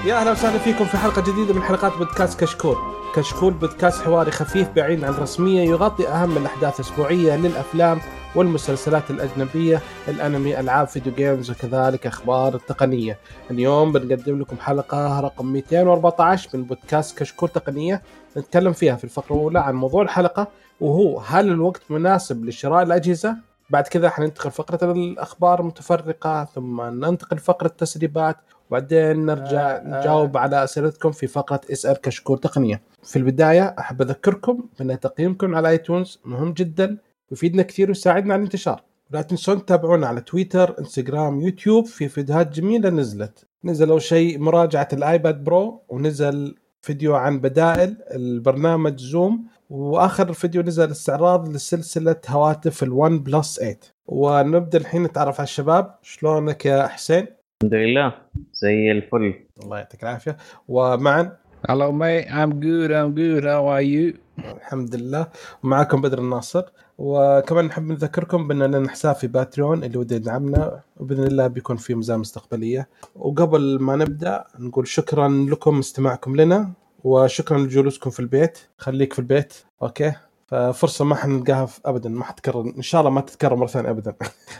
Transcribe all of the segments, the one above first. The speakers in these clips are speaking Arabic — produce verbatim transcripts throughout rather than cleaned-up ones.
يا أهلا وسهلا فيكم في حلقة جديدة من حلقات بودكاست كشكول. كشكول بودكاست حواري خفيف بعيد عن الرسمية، يغطي أهم الأحداث الأسبوعية للأفلام والمسلسلات الأجنبية، الأنمي، ألعاب فيديو جيمز، وكذلك أخبار التقنية. اليوم بنقدم لكم حلقة رقم مئتين وأربعة عشر من بودكاست كشكول تقنية. نتكلم فيها في الفقرة الأولى عن موضوع الحلقة، وهو هل الوقت مناسب لشراء الأجهزة. بعد كذا حننتقل فقرة الأخبار المتفرقة، ثم ننتقل فقرة التسريبات، وبعدين نرجع نجاوب على أسئلتكم في فقرة اسأل كشكول تقنية. في البداية أحب أذكركم بأن تقييمكم على آيتونز مهم جدا، يفيدنا كثير ويساعدنا على الانتشار. ولا تنسون تتابعونا على تويتر، انستغرام، يوتيوب، في فيديوهات جميلة نزلت. نزلوا شيء مراجعة الآيباد برو، ونزل فيديو عن بدائل البرنامج زوم، وآخر فيديو نزل استعراض لسلسلة هواتف الوان بلس ثمانية. ونبدأ الحين نتعرف على الشباب. شلونك يا حسين؟ الحمد لله زي الفل. الله يعطيك العافية. ومعا Hello mate, I'm good, I'm good, how are you? الحمد لله. ومعاكم بدر الناصر. وكمان نحب نذكركم بأننا لنا حساب في باتريون اللي ودي يدعمنا، وبإذن الله بيكون في مزايا مستقبلية. وقبل ما نبدأ نقول شكرا لكم استماعكم لنا، وشكرا لجلوسكم في البيت. خليك في البيت أوكي، ففرصة ما حنلقاها أبدا، ما حتكرر إن شاء الله، ما تتكرر مرة ثانية أبدا.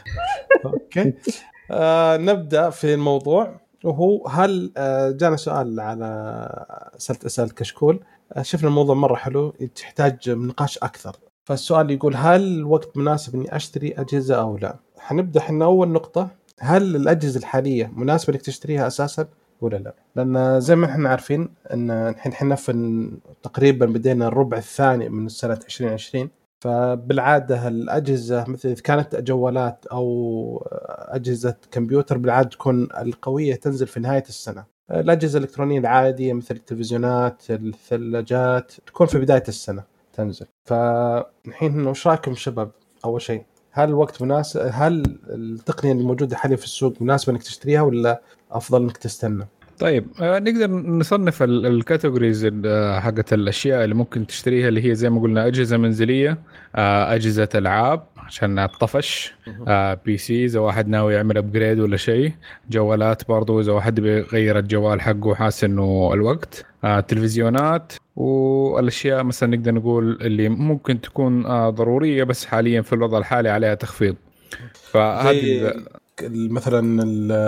أوكي. آه نبدأ في الموضوع، وهو هل آه جانا سؤال على سلت أسأل كشكول. آه شفنا الموضوع مرة حلو، يحتاج نقاش أكثر. فالسؤال يقول هل الوقت مناسب إني أشتري أجهزة أو لا؟ حنبدأ حنا أول نقطة، هل الأجهزة الحالية مناسبة إنك تشتريها أساسا ولا لا؟ لأن زي ما احنا عارفين أن الحين حنا في تقريبا بدينا الربع الثاني من سنة عشرين عشرين، فبالعادة الأجهزة مثل إذا كانت جوالات أو أجهزة كمبيوتر بالعادة تكون القوية تنزل في نهاية السنة. الأجهزة الإلكترونية العادية مثل التلفزيونات، الثلاجات تكون في بداية السنة تنزل. فالحين وش رأيكم شباب؟ أول شيء، هل الوقت مناسب؟ هل التقنية الموجودة حاليا في السوق مناسبة إنك تشتريها ولا أفضل إنك تستنى؟ طيب آه نقدر نصنف الكاتيجوريز حقت الاشياء اللي ممكن تشتريها، اللي هي زي ما قلنا اجهزه منزليه، آه اجهزه العاب عشان الطفش، آه بي سي اذا واحد ناوي يعمل ابجريد ولا شيء، جوالات برضو اذا واحد بيغير الجوال حقه وحاسس انه الوقت، آه تلفزيونات، والاشياء مثلا نقدر نقول اللي ممكن تكون آه ضروريه بس حاليا في الوضع الحالي عليها تخفيض. فهذه مثلا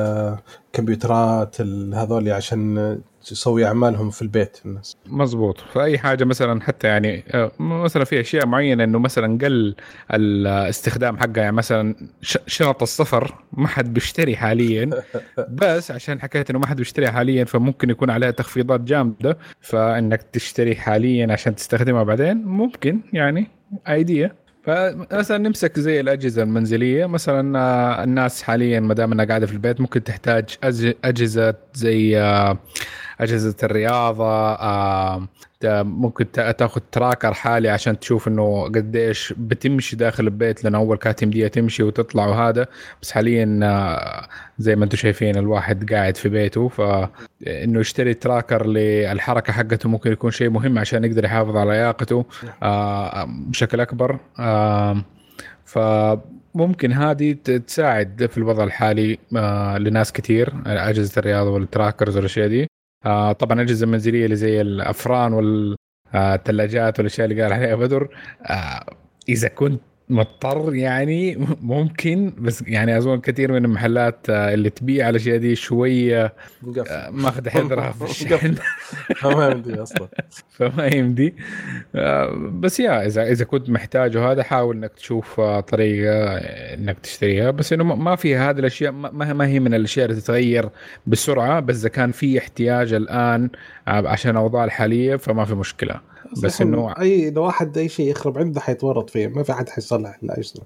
الكمبيوترات هذول عشان تسوي أعمالهم في البيت الناس. مزبوط. فأي حاجة مثلا حتى يعني مثلا في أشياء معينة إنه مثلا قل الاستخدام حقها، يعني مثلا شنط السفر ما حد بيشتري حاليا بس عشان حكاية إنه ما حد بيشتري حاليا فممكن يكون عليها تخفيضات جامدة، فإنك تشتري حاليا عشان تستخدمها بعدين ممكن يعني ايديا. فمثلا نمسك زي الأجهزة المنزلية، مثلا الناس حاليا ما دام انها قاعدة في البيت ممكن تحتاج أجهزة زي أجهزة الرياضة، ممكن تاخذ تراكر حالي عشان تشوف انه قديش بتمشي داخل البيت، لأن أول كانت يمديها تمشي وتطلع وهذا، بس حاليا زي ما انتم شايفين الواحد قاعد في بيته، فإنه يشتري تراكر للحركة حقته ممكن يكون شيء مهم عشان يقدر يحافظ على لياقته بشكل أكبر. فممكن هذه تساعد في الوضع الحالي لناس كتير، أجهزة الرياضة والتراكرز والأشياء دي. آه طبعا أجهزة منزلية اللي زي الأفران والثلاجات والأشياء اللي قال عليها بدر، آه إذا كنت مضطر يعني ممكن، بس يعني أظن كثير من المحلات آه اللي تبيع الأشياء دي شوية آه ماخذ حذرها في الشحن فما يمدي أصلا فما يمدي. آه بس يا إذا إذا كنت محتاجه هذا حاول إنك تشوف آه طريقة إنك تشتريها، بس إنه ما في هذه الأشياء، ما ما هي من الأشياء اللي تتغير بسرعة، بس إذا كان في احتياج الآن آه عشان الأوضاع الحالية فما في مشكلة. بس إنه أي لو واحد أي شيء يخرب عنده حيتورط فيه، ما في أحد حيصلح لا أجهزة.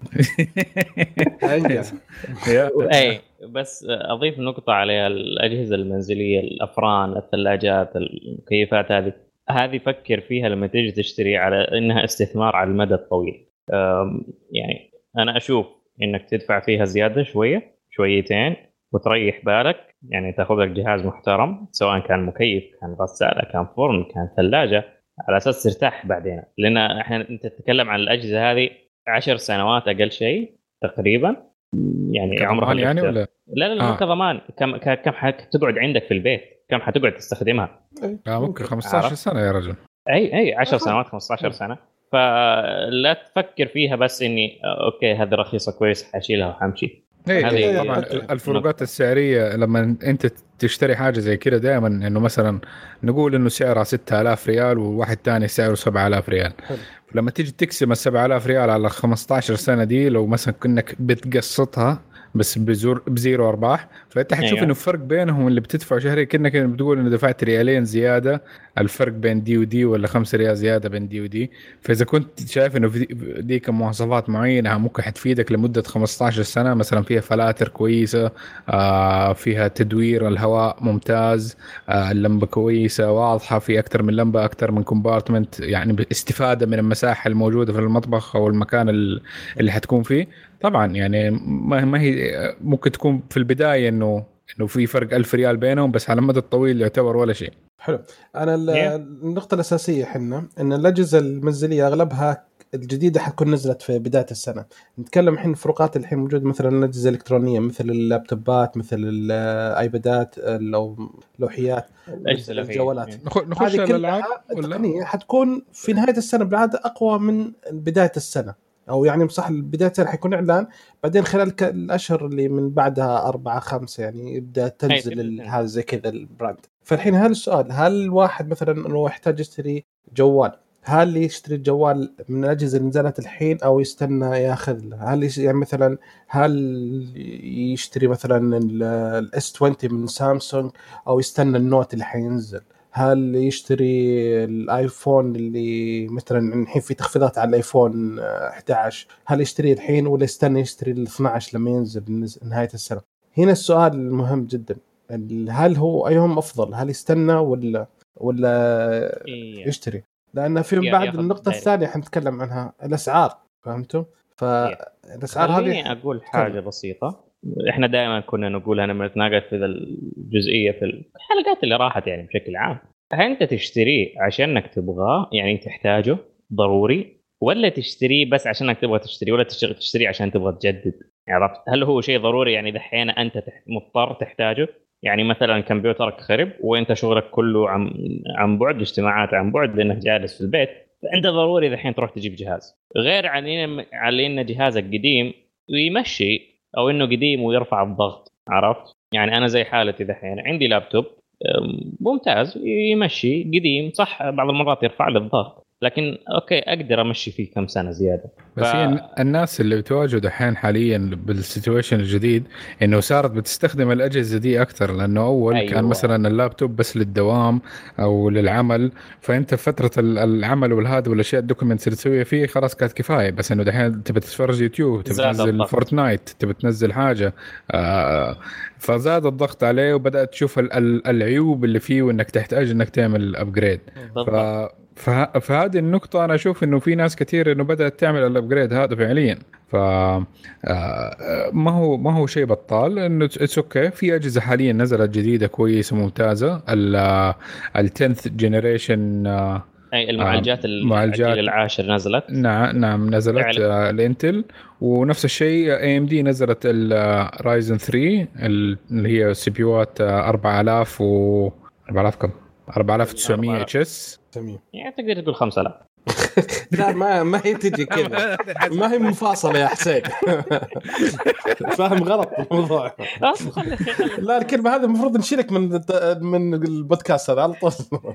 أي بس أضيف نقطة عليها، الأجهزة المنزلية، الأفران، الثلاجات، المكيفات، هذه هذه فكر فيها لما تيجي تشتري على إنها استثمار على المدى الطويل. يعني أنا أشوف إنك تدفع فيها زيادة شوية شويتين وتريح بالك، يعني تأخذ لك جهاز محترم سواء كان مكيف، كان غسالة، كان فرن، كان ثلاجة، على أساس ترتاح بعدين. لأن إحنا أنت تتكلم عن الأجهزة هذه عشر سنوات أقل شيء تقريبا، يعني عمرها يعني ولا لا لا آه. مو كضمان، كم كم حق تقعد عندك في البيت. كم حتقعد تستخدمها؟ آه ممكن خمسة عشر سنه يا رجل. اي اي عشر سنوات خمسة عشر سنه. فلا تفكر فيها بس اني اوكي هذه رخيصه كويس حاشيلها وحمشي. هذه طبعا الفروقات السعريه لما انت تشتري حاجه زي كده دائما انه مثلا نقول انه سعرها ستة آلاف ريال وواحد تاني سعره سبعة آلاف ريال. لما تيجي تقسم السبعة آلاف ريال على خمسة عشر سنه دي لو مثلا كأنك بتقسطها بس بزور بزيرو ارباح فانت حتشوف أيوة. انه الفرق بينهم اللي بتدفع شهري كأنك بتقول انه دفعت ريالين زياده الفرق بين دي ودي ولا خمسة ريال زياده بين دي ودي. فاذا كنت شايف انه في ديك مواصفات معينه ممكن حتفيدك لمده خمسة عشر سنه مثلا فيها فلاتر كويسه آه فيها تدوير الهواء ممتاز آه اللمبه كويسه واضحه في اكثر من لمبه اكثر من كومبارتمنت يعني استفاده من المساحه الموجوده في المطبخ او المكان اللي حتكون فيه. طبعا يعني ما هي ممكن تكون في البدايه انه انه في فرق ألف ريال بينهم بس على المدى الطويل يعتبر ولا شيء. حلو. انا النقطه الاساسيه حنا ان الاجهزه المنزليه اغلبها الجديده حتكون نزلت في بدايه السنه. نتكلم الحين فروقات الحين موجود مثلا الاجهزه الالكترونيه مثل اللابتوبات مثل الايبادات او لوحيات الجوالات. نخش الالعاب التقنيه حتكون في نهايه السنه بالعاده اقوى من بدايه السنه او يعني صح بدايه السنه حيكون اعلان بعدين خلال الاشهر اللي من بعدها أربعة خمسة يعني يبدا تنزل هذا زي كذا البراند. فالحين هل السؤال هل الواحد مثلا انه يحتاج يشتري جوال هل يشتري الجوال من الأجهزة اللي نزلت الحين أو يستنى ياخذ هل يعني مثلا هل يشتري مثلا الاس عشرين من سامسونج أو يستنى النوت اللي حينزل هل يشتري الايفون اللي مثلا الحين في تخفيضات على الايفون احد عشر هل يشتري الحين ولا يستنى يشتري ال اثنا عشر لما ينزل نهاية السنة؟ هنا السؤال المهم جدا هل هو أيهم أفضل هل يستنى ولا ولا يشتري؟ لأن في بعد النقطة الثانية حنتكلم عنها الأسعار فهمتم؟ فالأسعار هذه خليني أقول حاجة بسيطة إحنا دائما كنا نقولها لما نتناقش في الجزئية في الحلقات اللي راحت يعني بشكل عام أنت تشتريه عشانك تبغاه يعني تحتاجه ضروري ولا تشتريه بس عشانك تبغى تشتريه ولا تشتريه عشان تبغى تجدد عرفت؟ هل هو شيء ضروري يعني دحين أنت مضطر تحتاجه يعني مثلا كمبيوترك خرب وانت شغلك كله عن عن بعد اجتماعات عن بعد لانك جالس في البيت فانت ضروري الحين تروح تجيب جهاز غير علينا على ان جهازك قديم ويمشي او انه قديم ويرفع الضغط عرفت يعني انا زي حالتي الحين عندي لابتوب ممتاز يمشي قديم صح بعض المرات يرفع لي الضغط لكن اوكي اقدر امشي فيه كم سنه زياده بس ف... هي الناس اللي بتواجهوا دحين حاليا بالسيتويشن الجديد انه صارت بتستخدم الاجهزه دي اكثر لانه اول أيوة. كان مثلا اللابتوب بس للدوام او للعمل فانت فتره العمل والهذا والاشياء الدوكيومنتس اللي تسويها فيه خلاص كانت كفايه بس انه دحين تبي تتفرج يوتيوب تبي تنزل فورتنايت تبي تنزل حاجه آه فزاد الضغط عليه وبدات تشوف العيوب اللي فيه وانك تحتاج انك تعمل ابجريد ف فهذه النقطة أنا أشوف إنه في ناس كثير إنه بدأت تعمل الأبجريد هذا فعليا ف ما هو ما هو شيء بطال إنه اتس أوكي في أجهزة حاليا نزلت جديدة كويسة ممتازة التنث جنريشن أي المعالجات المعالجات العاشر نزلت نعم نعم نزلت الانتل ونفس الشيء إيه إم دي نزلت الرايزن ثري اللي هي سيبيوات أربعة آلاف و أربعة آلاف كم أربعة آلاف وتسعمية اتش اس يعني تقدر تقول خمسة آلاف لا ما ما هي تجي كذا ما هي مفاصلة يا حسين فاهم غلط الموضوع لا الكلمة هذه المفروض نشيلك من من البودكاست هذا على طول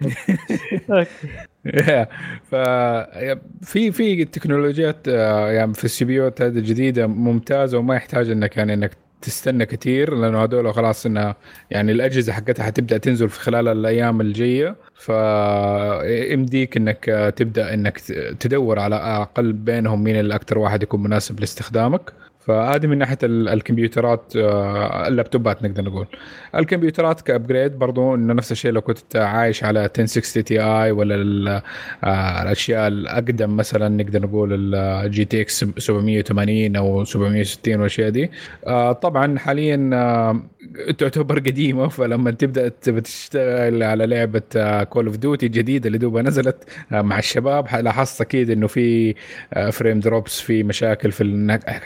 ففي في تكنولوجيات يعني في السيبيوت هذه الجديدة ممتازة وما يحتاج انك يعني انك تستنى كتير لأنه هدول خلاص إنها يعني الأجهزة حقتها حتبدأ تنزل في خلال الأيام الجاية فإمديك إنك تبدأ إنك تدور على أقل بينهم مين اللي أكتر واحد يكون مناسب لاستخدامك. فهذه من ناحية الكمبيوترات اللابتوبات نقدر نقول الكمبيوترات كأبجريد برضو إنه نفس الشيء لو كنت عايش على عشرة ستين تي آي ولا الأشياء الأقدم مثلا نقدر نقول الجي تي إكس سبعمية وثمانين أو سبعمية وستين والأشياء دي طبعا حاليا تعتبر قديمة فلما تبدأ تشتغل على لعبة كول اوف ديوتي الجديدة اللي دوبها نزلت مع الشباب لاحظت أكيد إنه في فريم دروبس في مشاكل في حكاية إنك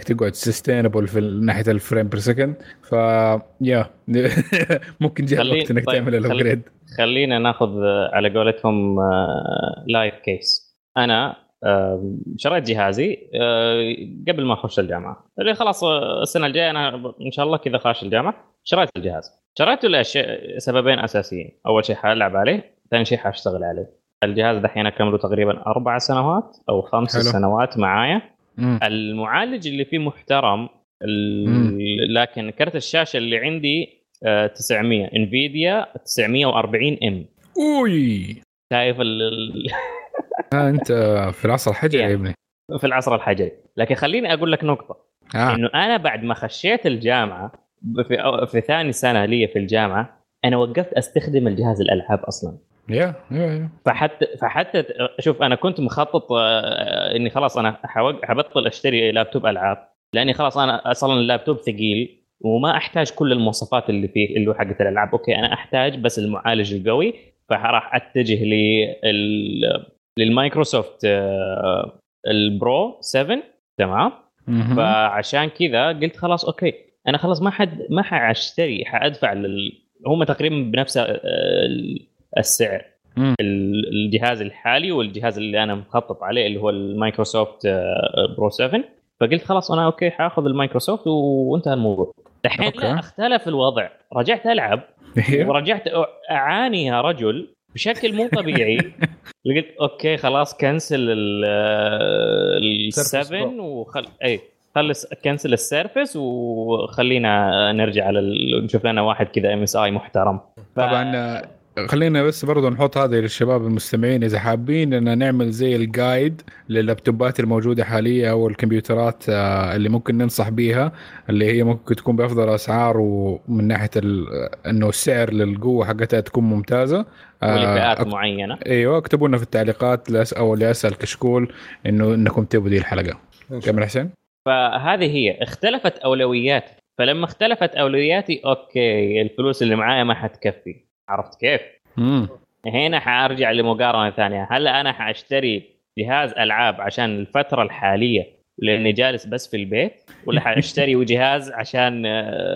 تقعد سستينبل في ناحيه الفريم بير سكند. ف يا ممكن جاء الوقت انك طيب تعمل الابجريد. خلينا ناخذ على قولتهم لايف كيس. انا شريت جهازي قبل ما اخش الجامعه، اللي خلاص السنه الجايه انا ان شاء الله كذا خاش الجامعه. شريت الجهاز، شريته لاشياء سببين اساسيين. اول شيء حالعب عليه، ثاني شيء حاشتغل عليه. الجهاز دحين كمله تقريبا اربع سنوات او خمس حلو. سنوات معايا. مم. المعالج اللي فيه محترم، لكن كرت الشاشه اللي عندي تسعمية انفيديا تسعمية وأربعين ام. اوي شايف ال آه انت في العصر الحجري يا ابني. في العصر الحجري. لكن خليني اقول لك نقطه، آه. انه انا بعد ما خشيت الجامعه في, في ثاني سنه لي في الجامعه، انا وقفت استخدم الجهاز الالعاب اصلا. يا يا فحتى فحتى شوف، انا كنت مخطط اني خلاص انا حبطل اشتري لابتوب العاب، لاني خلاص انا اصلا اللابتوب ثقيل وما احتاج كل المواصفات اللي فيه اللي هو حقه الالعاب. اوكي انا احتاج بس المعالج القوي، فراح اتجه لل للمايكروسوفت البرو سبعة. تمام. فعشان كذا قلت خلاص اوكي انا خلاص ما حد ما حاشتري، حادفع لل... هم تقريبا بنفس السعر مم. الجهاز الحالي والجهاز اللي انا مخطط عليه اللي هو المايكروسوفت برو سبعة. فقلت خلاص انا اوكي حاخذ المايكروسوفت وانتهى الموضوع. الحين لا، اختلف الوضع، رجعت العب ورجعت اعاني يا رجل بشكل مو طبيعي. قلت اوكي خلاص كنسل السبعة وخل اي خلص كنسل السيرفس وخلينا نرجع على ال... نشوف لنا واحد كذا ام اس اي محترم. ف... طبعا خلينا بس برضو نحط هذه للشباب المستمعين اذا حابين ان نعمل زي الجايد لللابتوبات الموجوده حاليا او الكمبيوترات اللي ممكن ننصح بيها، اللي هي ممكن تكون بافضل اسعار ومن ناحيه ال... انه السعر للقوه حقتها تكون ممتازه ولفئات أك... معينه. ايوه اكتبوا لنا في التعليقات لأس... او لاسال كشكول انه انكم تبوا دي الحلقه. كمل حسين. فهذه هي اختلفت اولوياتي، فلما اختلفت اولوياتي اوكي الفلوس اللي معايا ما حتكفي. عرفت كيف؟ امم هنا حارجع لمقارنه ثانيه. هل انا حاشتري جهاز العاب عشان الفتره الحاليه لاني جالس بس في البيت، ولا حاشتري جهاز عشان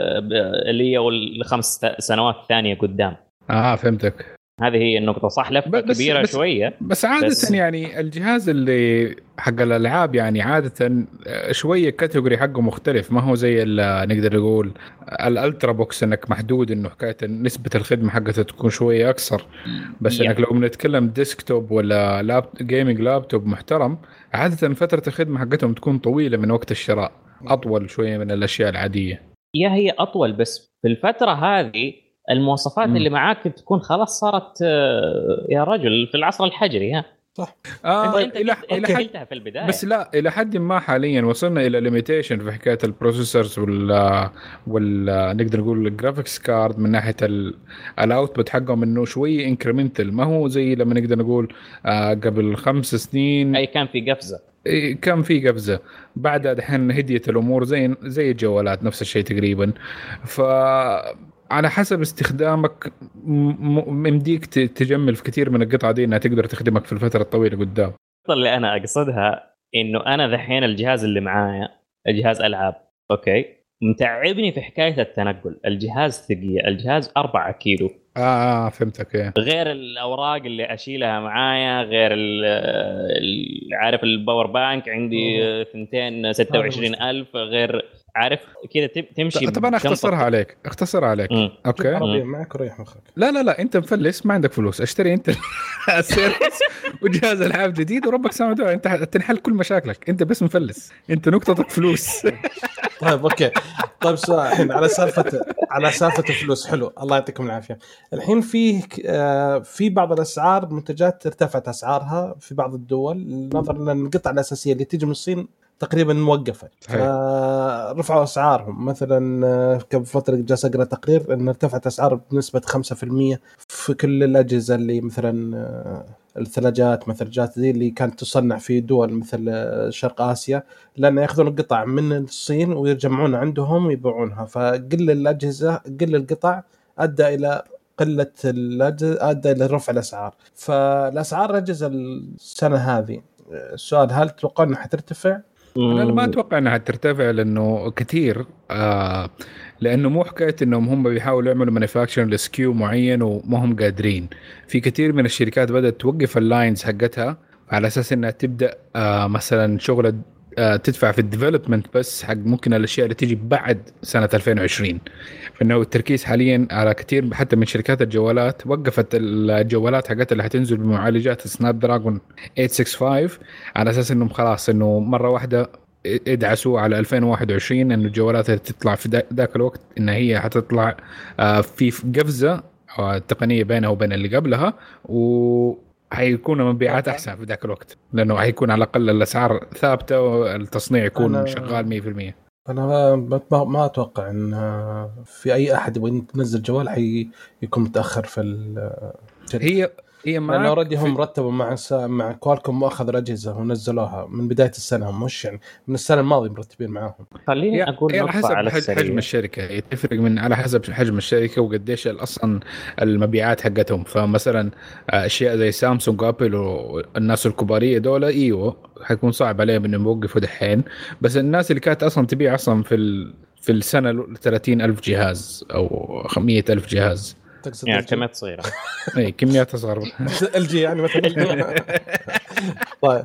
اللي هو الخمس سنوات الثانيه قدام؟ اه فهمتك. هذه هي النقطة. صح لفة كبيرة بس شوية، بس عادة بس يعني الجهاز اللي حق الألعاب يعني عادة شوية كاتيجوري حقه مختلف، ما هو زي نقدر نقول الألترا بوكس إنك محدود إنه حكاية نسبة الخدمة حقته تكون شوية أكثر. بس إنك لو بنتكلم ديسكتوب ولا لاب جيمينج لابتوب محترم، عادة فترة الخدمة حقتهم تكون طويلة من وقت الشراء، أطول شوية من الأشياء العادية. يا هي أطول، بس في الفترة هذه المواصفات م. اللي معاك تكون خلاص صارت يا رجل في العصر الحجري. ها صح. آه انت الى الى حد في البدايه، بس لا الى حد ما حاليا وصلنا الى ليميتيشن في حكايه البروسيسورز وال وال نقدر نقول الجرافيكس كارد من ناحيه الاوتبوت حقهم انه شوي انكريمنتال، ما هو زي لما نقدر نقول آه قبل خمس سنين اي كان في قفزه كان في قفزه. بعدها دحين هديت الامور زي زي الجوالات نفس الشيء تقريبا. ف على حسب استخدامك ممديك تجمل في كثير من القطع دي انها تقدر تخدمك في الفتره الطويله قدام. اللي انا اقصدها انه انا ذحين الجهاز اللي معايا جهاز العاب اوكي متعبني في حكايه التنقل. الجهاز ثقيل، الجهاز أربعة كيلو. اه اه فهمتك. إيه. غير الاوراق اللي اشيلها معايا، غير عارف الباور بانك عندي ثنتين ستة وعشرين ألف، غير عارف كذا تمشي. طب انا اختصرها عليك اختصرها عليك م. اوكي عربية معك وريح مخك. لا لا لا انت مفلس ما عندك فلوس، اشتري انت السيرفس وجهاز العاب جديد وربك سامع دعاء، انت تنحل كل مشاكلك. انت بس مفلس، انت نقطتك فلوس. طيب اوكي. طيب سؤال الحين على سالفه على سالفه الفلوس. حلو الله يعطيكم العافيه. الحين في في بعض الاسعار منتجات ارتفعت اسعارها في بعض الدول نظرا ان القطع الاساسيه اللي تيجي من الصين تقريبا موقفه، فرفعوا اسعارهم. مثلا قبل فتره جالس اقرا تقرير ان ارتفعت اسعار بنسبه خمسة بالمية في كل الاجهزه اللي مثلا الثلاجات مثل الثلاجات دي اللي كانت تصنع في دول مثل شرق اسيا، لان ياخذون القطع من الصين ويرجعون عندهم ويبيعونها، فقل الاجهزه قل القطع ادى الى قله الاجهزه ادى الى رفع الاسعار. فالاسعار الاجهزه السنه هذه السؤال هل تتوقع انها حترتفع انا ما اتوقع انها ترتفع لانه كثير آه لانه مو حكايه انهم هم بيحاولوا يعملوا مانيفاكتشر لسكيو معين وما هم قادرين. في كثير من الشركات بدات توقف اللاينز حقتها على اساس انها تبدا آه مثلا شغل آه تدفع في الديفلوبمنت بس حق ممكن الاشياء اللي تيجي بعد سنه ألفين وعشرين. فانه التركيز حاليا على كثير حتى من شركات الجوالات وقفت الجوالات حقتها اللي حتنزل بمعالجات سناب دراجون ثمانمية وخمسة وستين على اساس انهم خلاص انه مره واحده ادعسوا على ألفين وواحد وعشرين انه الجوالات اللي تطلع في ذاك الوقت ان هي حتطلع في قفزه تقنيه بينها وبين اللي قبلها، وحيكون مبيعات احسن في ذاك الوقت لانه حيكون على الاقل الاسعار ثابته والتصنيع يكون شغال مية بالمية. انا ما ما اتوقع ان في اي احد يبغى ينزل جوال حي يكون متاخر في هي هي ما لانه ردي هم رتبوا مع مع كوالكوم واخذوا الاجهزه ونزلوها من بدايه السنه، مش يعني من السنه الماضيه مرتبين معاهم. خليني اقول على حسب على حجم الشركه، يتفرق من على حسب حجم الشركه وقديش اصلا المبيعات حقتهم. فمثلا اشياء زي سامسونج وابل والناس الكباريه دول ايوه حيكون صعب عليهم انهم يوقفوا دحين، بس الناس اللي كانت اصلا تبيع اصلا في ال... في السنه ثلاثين ألف جهاز او مية ألف جهاز يعني كميات صغيرة. اي كميات صغيرة. الجي يعني مثلا. طيب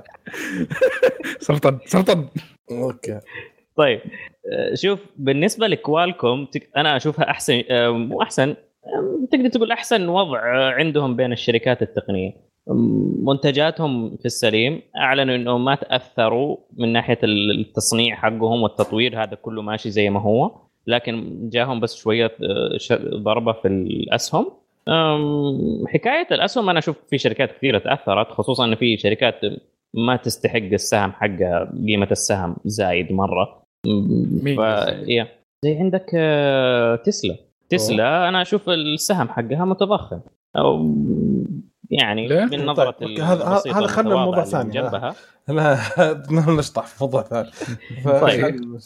سرطان سرطان. اوكي طيب شوف بالنسبة لكوالكوم انا اشوفها احسن، مو احسن، تقدر تقول احسن وضع عندهم بين الشركات التقنية. منتجاتهم في السليم، اعلنوا انهم ما تاثروا من ناحية التصنيع حقهم والتطوير، هذا كله ماشي زي ما هو، لكن جاهم بس شوية ضربة في الأسهم. حكاية الأسهم أنا أشوف في شركات كثيرة تأثرت، خصوصا أن في شركات ما تستحق السهم حقها، قيمة السهم زايد مرة. ف... زي عندك تسلا تسلا أوه. أنا أشوف السهم حقها متضخم أو يعني ليه؟ من نظرة طيب. هذا هذا خلنا موضوع ثاني جنبها. لا نشطح في موضوع ثاني. طيب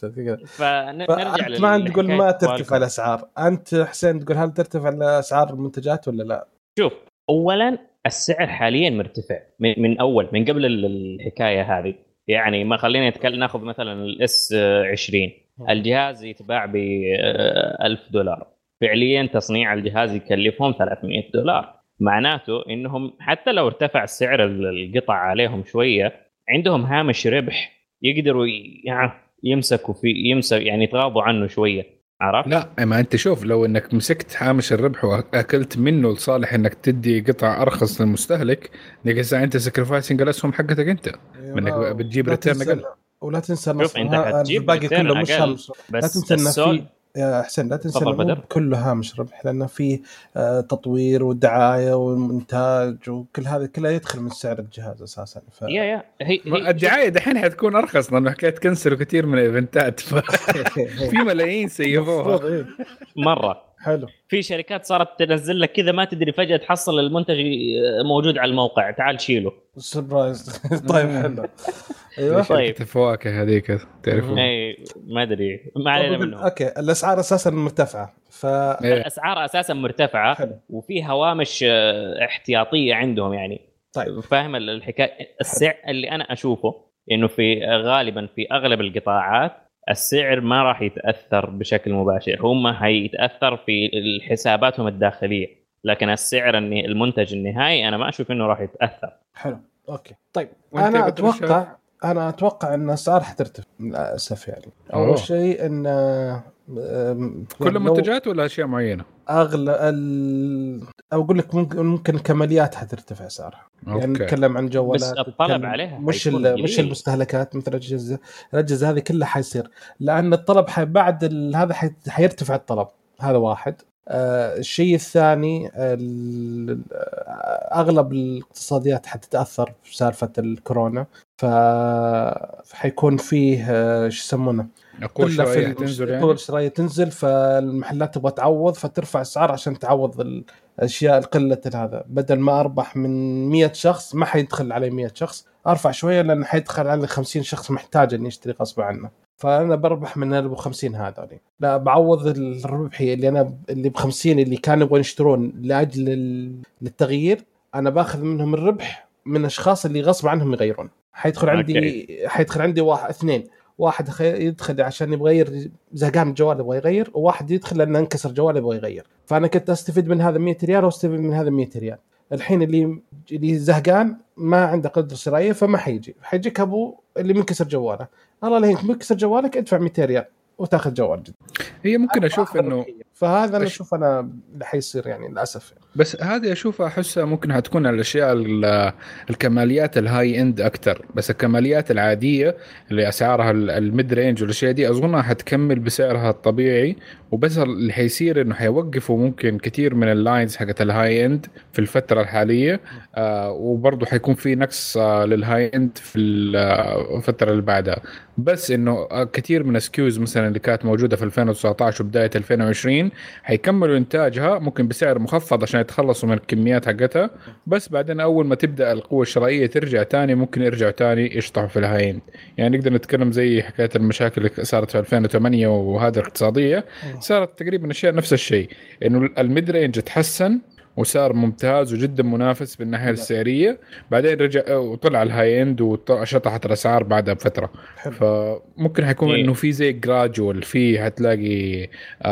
فنرجع ل ما تقول ما ترتفع الاسعار، انت حسين تقول هل ترتفع الاسعار المنتجات ولا لا؟ شوف اولا السعر حاليا مرتفع من, من اول من قبل الحكايه هذه، يعني ما خلينا نتكلم ناخذ مثلا الاس عشرين الجهاز يتباع ب ألف دولار، فعليا تصنيع الجهاز يكلفهم ثلاثمية دولار، معناته انهم حتى لو ارتفع سعر القطع عليهم شويه عندهم هامش ربح يقدروا يعني يمسكوا في يمسك يعني يتغاضوا عنه شويه، عرفت؟ لا ما انت شوف لو انك مسكت هامش الربح واكلت منه لصالح انك تدي قطع ارخص للمستهلك، نقص انت سكرفايسنج الاسهم حقتك انت انك بتجيب ريتيرن اقل. ولا تنسى نص الباقي كله مش هامش، لا تنسى ان في يا حسين لا تنسى انه كله هامش ربح، لانه في تطوير ودعايه ومونتاج وكل هذا كله يدخل من سعر الجهاز اساسا. ف... يا يا هي, هي الدعايه دحين حتكون ارخص لانه حكايه كنسلوا كثير من الايفنتات ف... في ملايين سيبوها مره. حلو. في شركات صارت تنزل لك كذا ما تدري فجاه تحصل المنتج موجود على الموقع، تعال شيله سربرايز. طيب حلو. ايوه طيب الفواكه هذيك تعرفون اي ما ادري ما علينا منه. اوكي الاسعار اساسا مرتفعه، فالاسعار اساسا مرتفعه حلو. وفي هوامش احتياطيه عندهم يعني. طيب فاهم الحكايه. السعر اللي انا اشوفه انه في غالبا في اغلب القطاعات السعر ما راح يتاثر بشكل مباشر، هم هيتاثر في حساباتهم الداخليه، لكن السعر المنتج النهائي انا ما اشوف انه راح يتاثر. حلو اوكي. طيب انا اتوقع انا اتوقع ان الاسعار حترتفع للاسف. يعني اول شيء ان كل المنتجات ولا اشياء معينه؟ اغلى ال... او اقول لك ممكن ممكن كماليات حترتفع اسعارها. يعني نتكلم عن جوالات بس الطلب عليها مش ال... مش المستهلكات مثل الاجهزه الاجهزه هذه كلها حيصير، لان الطلب حي... بعد ال... هذا حي... حيرتفع الطلب. هذا واحد. آه الشيء الثاني ال... اغلب الاقتصاديات حتتاثر بسالفه الكورونا، فحيكون فيه شو يسمونه قوة شرائية تنزل، يعني قوة شرائية تنزل، فالمحلات تبغى تعوض فترفع السعر عشان تعوض الأشياء القلة هذا. بدل ما أربح من مية شخص ما حيدخل علي مية شخص، أرفع شوية لأن حيدخل علي خمسين شخص محتاج أن يشتري غصب عنه، فأنا بربح من أبو خمسين هذا. لا بعوض الربحية اللي أنا اللي بخمسين اللي كانوا يبغون يشترون لأجل التغيير، أنا باخذ منهم الربح من أشخاص اللي غصب عنهم يغيرون. حيدخل عندي حيدخل عندي واحد اثنين، واحد يدخل عشان يبغى يغير زهقان من جواله يبغى يغير، وواحد يدخل لأنه انكسر جواله يبغى يغير. فأنا كنت أستفيد من هذا مية ريال واستفيد من هذا مية ريال. الحين اللي اللي زهقان ما عنده قدرة شرائية فما حيجي، حيجيك أبو اللي منكسر جواله، الله لهيك منكسر جوالك ادفع مية ريال وتاخذ جوال جديد. هي ممكن اشوف انه فهذا انا اشوف انا اللي حيصير يعني للاسف يعني. بس هذه اشوفها احسها ممكن هتكون الاشياء الكماليات الهاي اند اكتر، بس الكماليات العاديه اللي اسعارها الميد رينج والاشياء دي اظنها هتكمل بسعرها الطبيعي، وبس اللي حيصير انه حيوقفوا ممكن كثير من اللاينز حقت الهاي اند في الفتره الحاليه، آه وبرضه حيكون في نقص آه للهاي اند في الفتره اللي بعدها. بس انه كثير من سكيوز مثلا اللي كانت موجوده في ألفين وتسعة عشر وبدايه ألفين وعشرين حيكملوا انتاجها ممكن بسعر مخفض عشان يتخلصوا من الكميات حقتها، بس بعدين اول ما تبدا القوه الشرائيه ترجع تاني ممكن يرجعوا تاني يشطحوا في الهاين. يعني نقدر نتكلم زي حكايه المشاكل اللي صارت في ألفين وثمانية وهذا الاقتصاديه، صارت تقريبا اشياء نفس الشيء، انه الميد رينج تحسن وصار ممتاز وجدا منافس بالناحيه السعريه، بعدين رجع وطلع الهاي اند وشطحت الاسعار بعدها بفتره. فممكن حيكون انه في زي جراجوال، في هتلاقي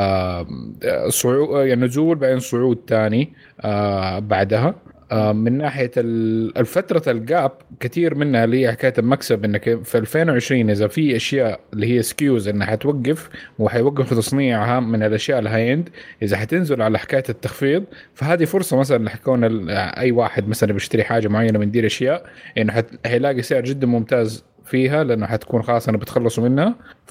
آه صعود يعني نزول بعدين صعود تاني آه بعدها. آه من ناحيه الفتره الجاب كثير منها اللي هي حكايه المكسب، انك في ألفين وعشرين اذا في اشياء اللي هي سكيوز انها حتوقف وحيوقف تصنيعها من الاشياء الهاي اند، اذا حتنزل على حكايه التخفيض فهذه فرصه مثلا لحكون اي واحد مثلا بيشتري حاجه معينه من دي الاشياء انه حيلاقي سعر جدا ممتاز فيها، لانه حتكون خلاص انا بتخلصوا منها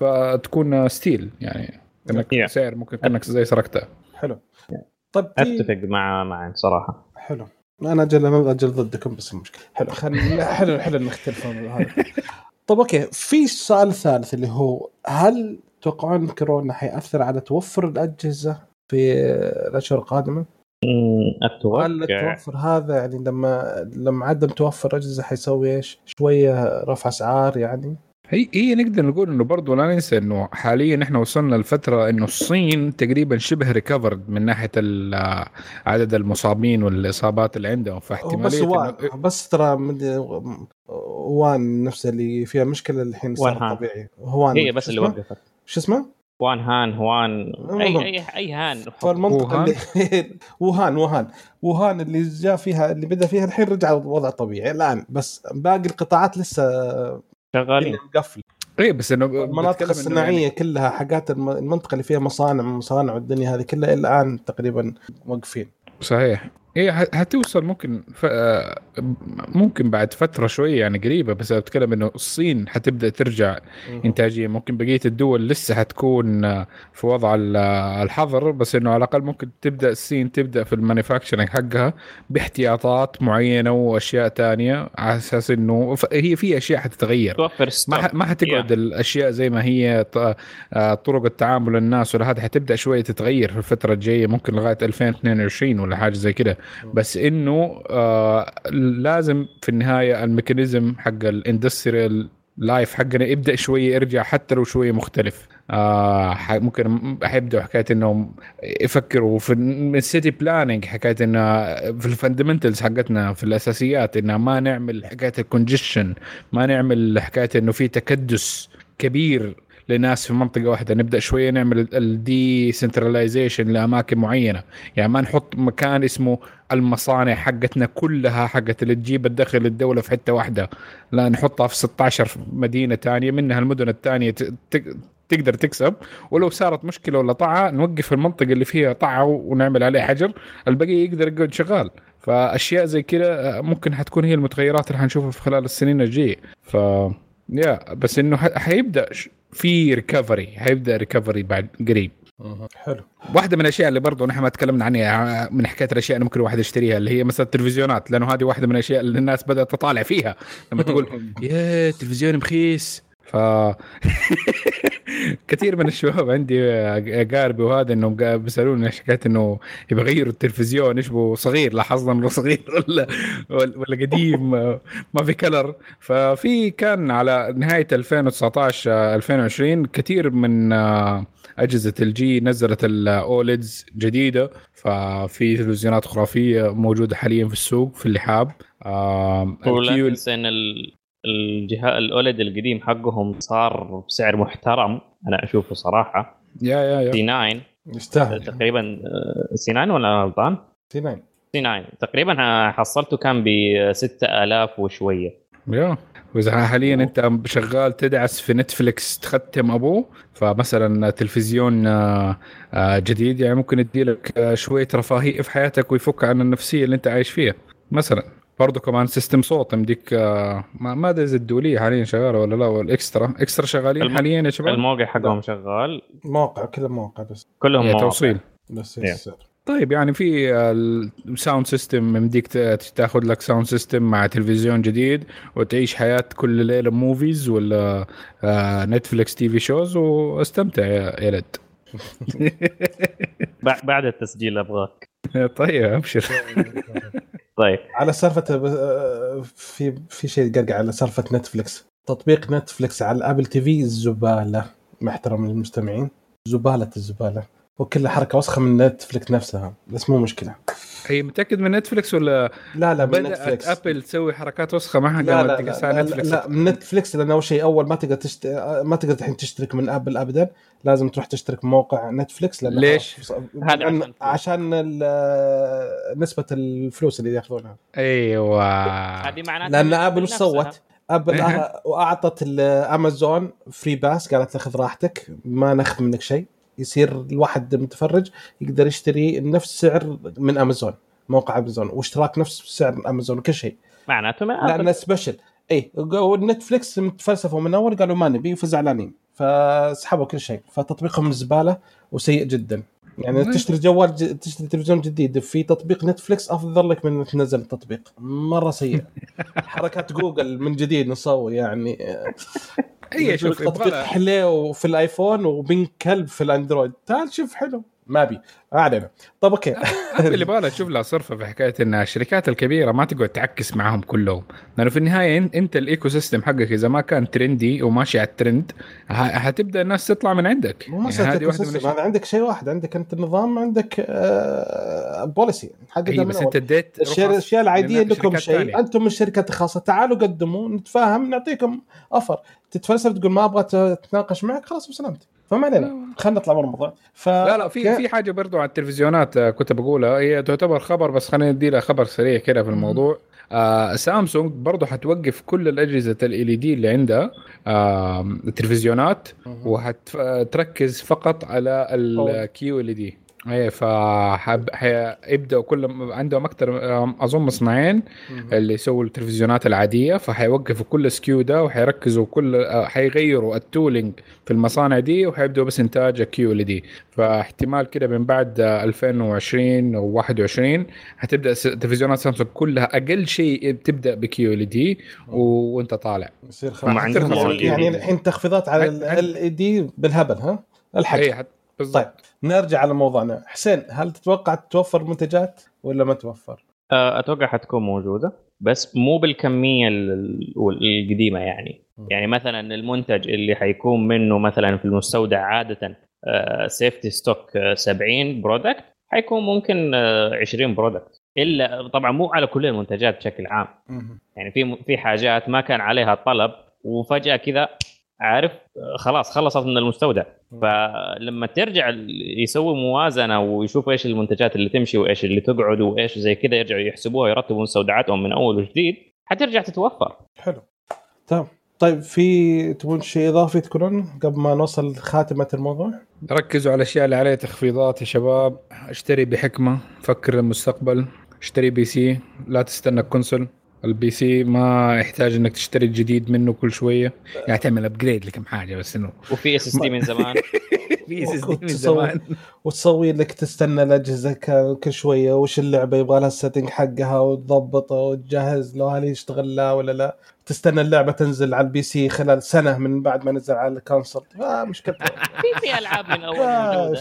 فتكون ستيل يعني انك yeah. سعر ممكن كانك زي سرقتها. حلو. طيب اتفق مع مع صراحه. حلو. انا اجل انا اجل ضدكم بس المشكله. حلو خلينا حلو حلو نختلف هذا. طب اوكي، في سؤال ثالث اللي هو هل توقعون كورونا حيأثر على توفر الأجهزة في الأشهر القادمة؟ أتوقع هل التوفر هذا يعني لما لما عدم توفر أجهزة حيسوي إيش؟ شوية رفع أسعار يعني؟ هي هي نقدر نقول انه برضو لا ننسى انه حاليا احنا وصلنا لفتره انه الصين تقريبا شبه ريكفرد من ناحيه عدد المصابين والاصابات اللي عندهم، فاحتماليه بس وان إنه... بس ترى وان نفسه اللي فيها مشكله الحين صار طبيعي هوان هي بس اللي وقفت. شو اسمه وان هان هوان اي اي اي هان فالمنطقه اللي وهان وهان وهان اللي جاء فيها اللي بدا فيها الحين رجع وضع طبيعي الان، بس باقي القطاعات لسه شغالين مقفل. ايه بس انه المناطق الصناعيه يعني... كلها حاجات المنطقه اللي فيها مصانع مصانع والدنيا هذه كلها الان تقريبا موقفين. صحيح. ايه هتوصل ممكن ف... ممكن بعد فتره شويه يعني قريبه، بس اتكلم انه الصين حتبدا ترجع انتاجيه، ممكن بقيه الدول لسه حتكون في وضع الحظر، بس انه على الاقل ممكن تبدا الصين تبدا في المانيفاكتشرنج حقها باحتياطات معينه واشياء تانية على اساس انه ف... هي في اشياء حتتغير، ما ما حتقعد yeah. الاشياء زي ما هي ط... طرق التعامل الناس ولا هذا حتبدا شويه تتغير في الفتره الجايه، ممكن لغايه ألفين واثنين وعشرين ولا حاجه زي كده. بس انه آه لازم في النهايه الميكانيزم حق الاندستريال لايف حقنا يبدا شويه يرجع حتى لو شويه مختلف. آه ممكن حيبدأ حكايه انهم يفكروا في السيتي بلاننج، حكايه انه في الفاندمنتالز حقتنا في الاساسيات انه ما نعمل حكايه الكونجيشن، ما نعمل حكايه انه في تكدس كبير لناس في منطقة واحدة، نبدأ شوية نعمل الدي سنتراليزيشن لأماكن معينة، يعني ما نحط مكان اسمه المصانع حقتنا كلها حقت اللي تجيب الدخل الدولة في حتة واحدة، لا نحطها في ستة عشر مدينة تانية منها المدن التانية تقدر تكسب، ولو صارت مشكلة ولا طاعة نوقف المنطقة اللي فيها طاعة ونعمل عليه حجر، البقية يقدر يقعد شغال. فأشياء زي كده ممكن حتكون هي المتغيرات اللي حنشوفها في خلال السنين الجاية. ف يا بس انه حيبدا في ريكفري، حيبدا ريكفري بعد قريب. حلو. واحده من الاشياء اللي برضو نحن ما تكلمنا عنها من حكايه الاشياء اللي ممكن الواحد يشتريها اللي هي مثلا التلفزيونات، لانه هذه واحده من الاشياء اللي الناس بدات تطالع فيها لما تقول يا تلفزيون مخيس. ف كثير من الشباب عندي قاربي وهذا انهم بيسالوني حكايه انه يبغى يغيروا التلفزيون ايش بو صغير، لاحظنا انه صغير ولا ولا قديم ما في كلر. ففي كان على نهايه ألفين وتسعة عشر ألفين وعشرين كثير من اجهزه الجي نزلت الاوليدز جديده، ففي تلفزيونات خرافيه موجوده حاليا في السوق في اللي حاب. ولا تنسى ان الجهاز الاولد القديم حقهم صار بسعر محترم انا اشوفه صراحه. يا يا يا سي تسعة يستاهل تقريبا. سي تسعة ولا غلطان؟ سي تسعة سي تسعة تقريبا حصلته كان ب ستة آلاف وشويه. يا واذا حاليا انت شغال تدعس في نتفليكس تختم ابوه، فمثلا تلفزيون آه، آه، جديد يعني ممكن يديلك آه، شويه رفاهيه في حياتك ويفك عن النفسيه اللي انت عايش فيها. مثلا برضه كمان سيستم صوت يمديك آه، ما ما ادري اذا الدوليه حاليا شغاله ولا لا، والاكسترا اكسترا شغالين الم... حاليا يا شباب. الموقع حقهم شغال موقع كله موقع بس كلهم يعني مواقع. توصيل بس Yeah. السعر. طيب يعني في الساوند سيستم يمديك تاخذ لك ساوند سيستم مع تلفزيون جديد وتعيش حياة كل ليلة موفيز ولا آه نتفليكس تي في شوز واستمتع يا يا لد. بع- بعد التسجيل ابغاك. طيب ابشر. طيب على سالفة آه، في في شيء قرقع على سالفة نتفليكس. تطبيق نتفليكس على الابل تي في زبالة، محترم للمستمعين، زبالة الزبالة، وكل حركة وسخة من نتفليكس نفسها، بس مو مشكلة. هي متأكد من نتفليكس ولا لا لا من بدأت نتفليكس. ابل تسوي حركات وسخة معها لا قامت لا تقص لا, على لا, نتفليكس؟ لا من نتفليكس، لأن أول شيء أول ما تقدر تشت... ما تقدر الحين تشترك من أبل أبدا، لازم تروح تشترك موقع نتفليكس. لأن ليش؟ هذا عشان عشان عشان ال- نسبة الفلوس اللي يأخذونها. ايوه هذه معناتها لأن من أبل نفسها. صوت أبل إيه. أ- وأعطت الأمازون فري باس، قالت له خذ راحتك ما ناخذ منك شيء، يصير الواحد متفرج يقدر يشتري نفس سعر من أمازون، موقع أمازون، واشتراك نفس سعر أمازون وكل شيء، معناته من لأنه أبل. سبيشل. اي والنتفليكس متفلسفوا من اول، قالوا ما نبي فزعلانين فسحبوا كل شيء، فتطبيقهم زباله وسيء جدا. يعني مم. تشتري جوال ج... تشتري تلفزيون جديد في تطبيق نتفليكس افضل لك من تنزل التطبيق، مره سيء. حركات جوجل من جديد نسوي يعني. اي شوف تطبيق يبغى حلو في الايفون وبين كلب في الاندرويد، تعال شوف حلو ما بي علينا. طب اوكي ابل اللي بالك تشوف لها صرفه في حكايه ان الشركات الكبيره ما تقعد تعكس معهم كلهم، لانه في النهايه انت الايكو سيستم حقك اذا ما كان ترندي وماشي على الترند هتبدا الناس تطلع من عندك. مو مسألة هذه واحده من السيستم، هذا عندك شيء واحد، عندك انت النظام، عندك آه بوليسي حددها أي من بس اول. انت اديت الاشياء الاشياء العاديه لكم شيء تانية. انتم من الشركات الخاصه، تعالوا قدموا نتفاهم نعطيكم اوفر، تتفلسف تقول ما ابغى تتناقش معك خلاص وسلامت، فما علينا خلينا نطلع من الموضوع. ف لا لا في في حاجه برضو على التلفزيونات كنت بقولها، هي تعتبر خبر بس خلينا ندي لها خبر سريع كده في الموضوع. آه سامسونج برضو حتوقف كل الاجهزه ال إل إي دي اللي عندها آه التلفزيونات، وحتركز فقط على الكيو إل إي دي. ايه فحب حيبداوا كل عندهم اكثر اظن مصنعين اللي يسووا التلفزيونات العاديه، فحيوقفوا كل سكيو ده وحيركزوا كل حيغيروا التولينج في المصانع دي وحيبداوا بس انتاج كيو ال دي. فاحتمال كده من بعد ألفين وعشرين او واحد وعشرين هتبدا تلفزيونات سامسونج كلها اقل شيء بتبدا بكيو ال دي وانت طالع يصير عندهم يعني الحين تخفيضات على ال إي دي بالهبل. ها الحق اي بالضبط. طيب نرجع على موضوعنا. حسين، هل تتوقع توفر منتجات ولا ما توفر؟ اتوقع حتكون موجوده بس مو بالكميه القديمه. يعني يعني مثلا المنتج اللي حيكون منه مثلا في المستودع عاده سيفتي ستوك سبعين برودكت حيكون ممكن عشرين برودكت، الا طبعا مو على كل المنتجات بشكل عام. يعني في في حاجات ما كان عليها طلب وفجاه كذا عارف خلاص خلصت من المستودع، فلما ترجع يسوي موازنه ويشوف ايش المنتجات اللي تمشي وايش اللي تقعد وايش زي كذا يرجعوا يحسبوها يرتبوا مستودعاتهم من اول وجديد حترجع تتوفر. حلو تمام. طيب في تبون شيء اضافي تكونون قبل ما نوصل خاتمه الموضوع؟ ركزوا على الاشياء اللي عليها تخفيضات يا شباب، اشتري بحكمه، فكر المستقبل، اشتري بي سي لا تستنى كونسول. البي سي ما يحتاج انك تشتري الجديد منه كل شويه، يعني تعمل ابجريد لكم حاجه بس انه وفي اس اس دي من زمان في اس اس دي من زمان وتسوي لك تستنى الاجهزه كل شويه وش اللعبه يبغى لها السيتنج حقها وتضبطها وتجهز له هل يشتغل لا ولا لا، تستنى اللعبه تنزل على البي سي خلال سنه من بعد ما نزل على الكونسول. آه مشكله في في العاب من اول موجوده.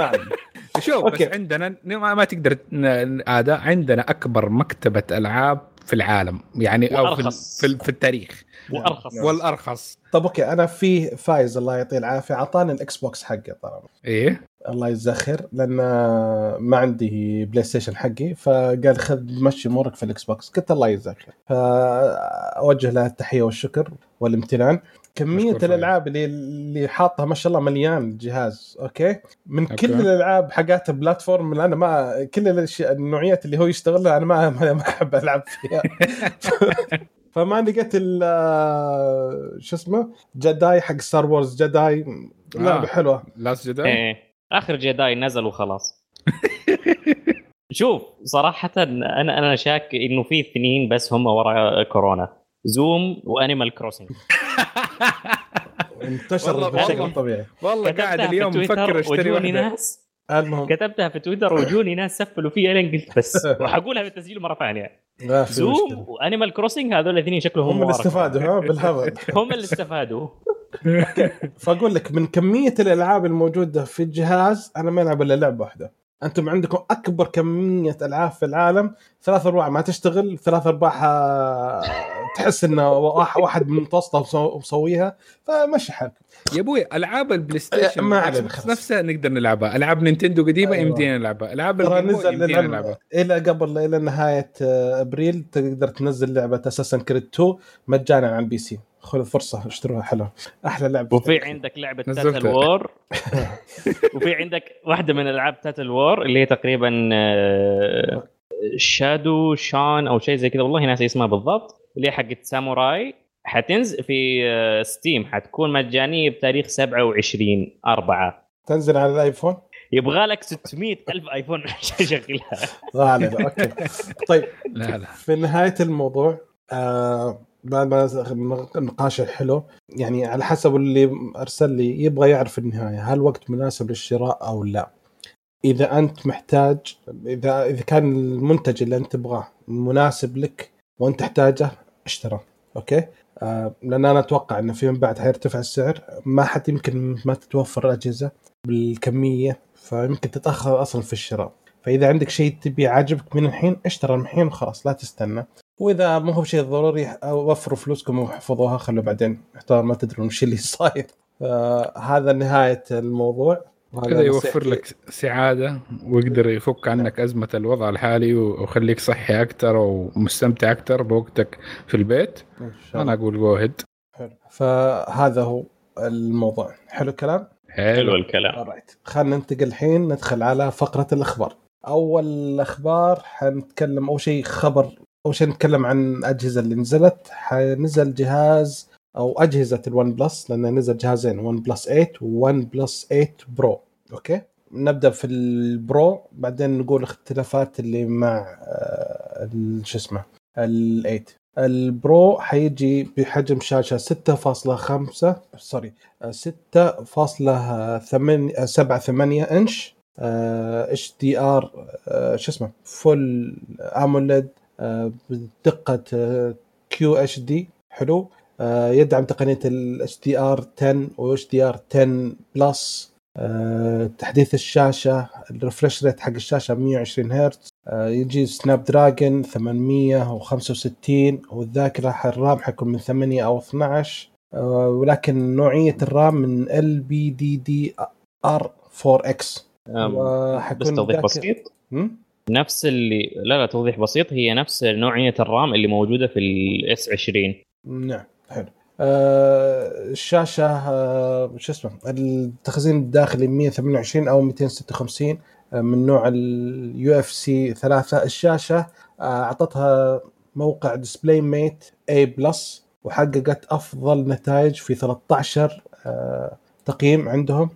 شوف بس عندنا ما تقدر هذا عندنا اكبر مكتبه العاب في العالم يعني او في في التاريخ وارخص والارخص. طب اوكي انا في فايز الله يعطيه العافيه عطاني الاكس بوكس حقه طبعا. ايه الله يزخر، لان ما عندي بلاي ستيشن حقي، فقال خذ مشي امورك في الاكس بوكس. قلت الله يزخر، فاوجه له التحيه والشكر والامتنان. كميه الالعاب اللي اللي حاطها ما شاء الله مليان الجهاز. اوكي من أوكي. كل الالعاب حقات البلاتفورم اللي انا ما كل الاشياء النوعيات اللي هو يشتغلها انا ما ما احب العب فيها. فما لقيت ال شو اسمه جداي حق ستار وورز جداي لعبه آه. حلوه. لاست جداي ايه اخر جداي نزل وخلاص. شوف صراحه انا انا شاك انه في اثنين بس هم ورا كورونا، زوم وانيمال كروسنج. انتشر بشكل طبيعي. والله قاعد اليوم مفكر اشتري واحده. ناس المهم كتبتها في تويتر وجوني ناس سفلوا فيها لين قلت بس وحقولها بالتسجيل مره ثانيه. زوم وانيمال كروسنج هذول الاثنين شكلهم هم اللي استفادوا ها بالهبل. هم اللي استفادوا. فاقول لك من كميه الالعاب الموجوده في الجهاز انا ما العب الا لعبه واحده. انتم عندكم اكبر كميه العاب في العالم، ثلاث ارباع ما تشتغل، ثلاث ارباعها تحس انه واحد من متوسطه مسويها، فمشي حالك يا ابوي. العاب البلاي ستيشن ما علينا نفسها نقدر نلعبها، العاب نينتندو قديمه أيوة. يمدينا نلعبها، العاب نزل نلعبها الى قبل الى نهايه ابريل تقدر تنزل لعبه اساسن كريد تو مجانا على البي سي. خذ فرصه اشتروها، حلوه احلى لعبه. وفي عندك لعبه تاتل وور وفي عندك واحده من العاب تاتل وور اللي هي تقريبا شادو شان او شيء زي كذا، والله ناسي اسمها بالضبط، اللي هي حقت ساموراي. حتنزل في ستيم، حتكون مجانيه بتاريخ سبعة وعشرين أربعة. تنزل على الايفون. يبغى لك ستمية ألف ايفون عشان يشغلها. غالي. اوكي طيب لا لا. في نهايه الموضوع آه بعد ما النقاش الحلو، يعني على حسب اللي ارسل لي يبغى يعرف النهايه هل وقت مناسب للشراء او لا. اذا انت محتاج، اذا اذا كان المنتج اللي انت تبغاه مناسب لك وانت تحتاجه اشترى. اوكي آه لان انا اتوقع انه فيما بعد حيرتفع السعر، ما حد يمكن ما تتوفر اجهزه بالكميه، فيمكن تتاخر اصلا في الشراء. فاذا عندك شيء تبي عاجبك من الحين اشترى من الحين وخلاص، لا تستنى. واذا مو هو شيء ضروري وفروا فلوسكم وحفظوها، خلوا بعدين احتمال ما تدرون وش اللي صاير. آه هذا نهايه الموضوع. كذا يوفر لك سعادة ويقدر يفك عنك أزمة الوضع الحالي ويخليك صحي أكتر ومستمتع أكتر بوقتك في البيت. أنا أقول جوهد. فهذا هو الموضوع. حلو الكلام. حلو الكلام. alright. خلنا ننتقل الحين ندخل على فقرة الأخبار. أول أخبار حنتكلم أول شيء خبر أول شيء نتكلم عن أجهزة اللي نزلت. حنزل جهاز أو أجهزة الون بلس، لأن نزل جهازين، ون بلس ثمانية وون بلس ثمانية برو. أوكي نبدأ في البرو بعدين نقول اختلافات اللي مع شو اسمه الثمانية. البرو حيجي بحجم شاشة ستة فاصلة خمسة سوري ستة فاصلة سبعة ثمانية إنش اتش دي ار شو اسمه فول اموليد بدقة كيو اتش دي. حلو. يدعم تقنية ال اتش دي ار عشرة و اتش دي ار عشرة بلس. تحديث الشاشة الريفرش ريت حق الشاشة مية وعشرين هرتز. يجي سناب دراجون ثمانمية وخمسة وستين، والذاكرة الرام حيكون من ثمانية أو اثنا عشر، ولكن نوعية الرام من إل بي دي دي آر فور إكس. بس توضيح بسيط م? نفس اللي لا لا توضيح بسيط، هي نفس نوعية الرام اللي موجودة في الاس عشرين. نعم حلو. آه الشاشة آه شو اسمه التخزين الداخلي مية وثمانية وعشرين أو مئتين وستة وخمسين آه من نوع اليو اف سي ثلاثة. الشاشة آه أعطتها موقع ديسبلاي ميت A بلس وحققت أفضل نتائج في ثلاثة عشر آه تقييم عندهم.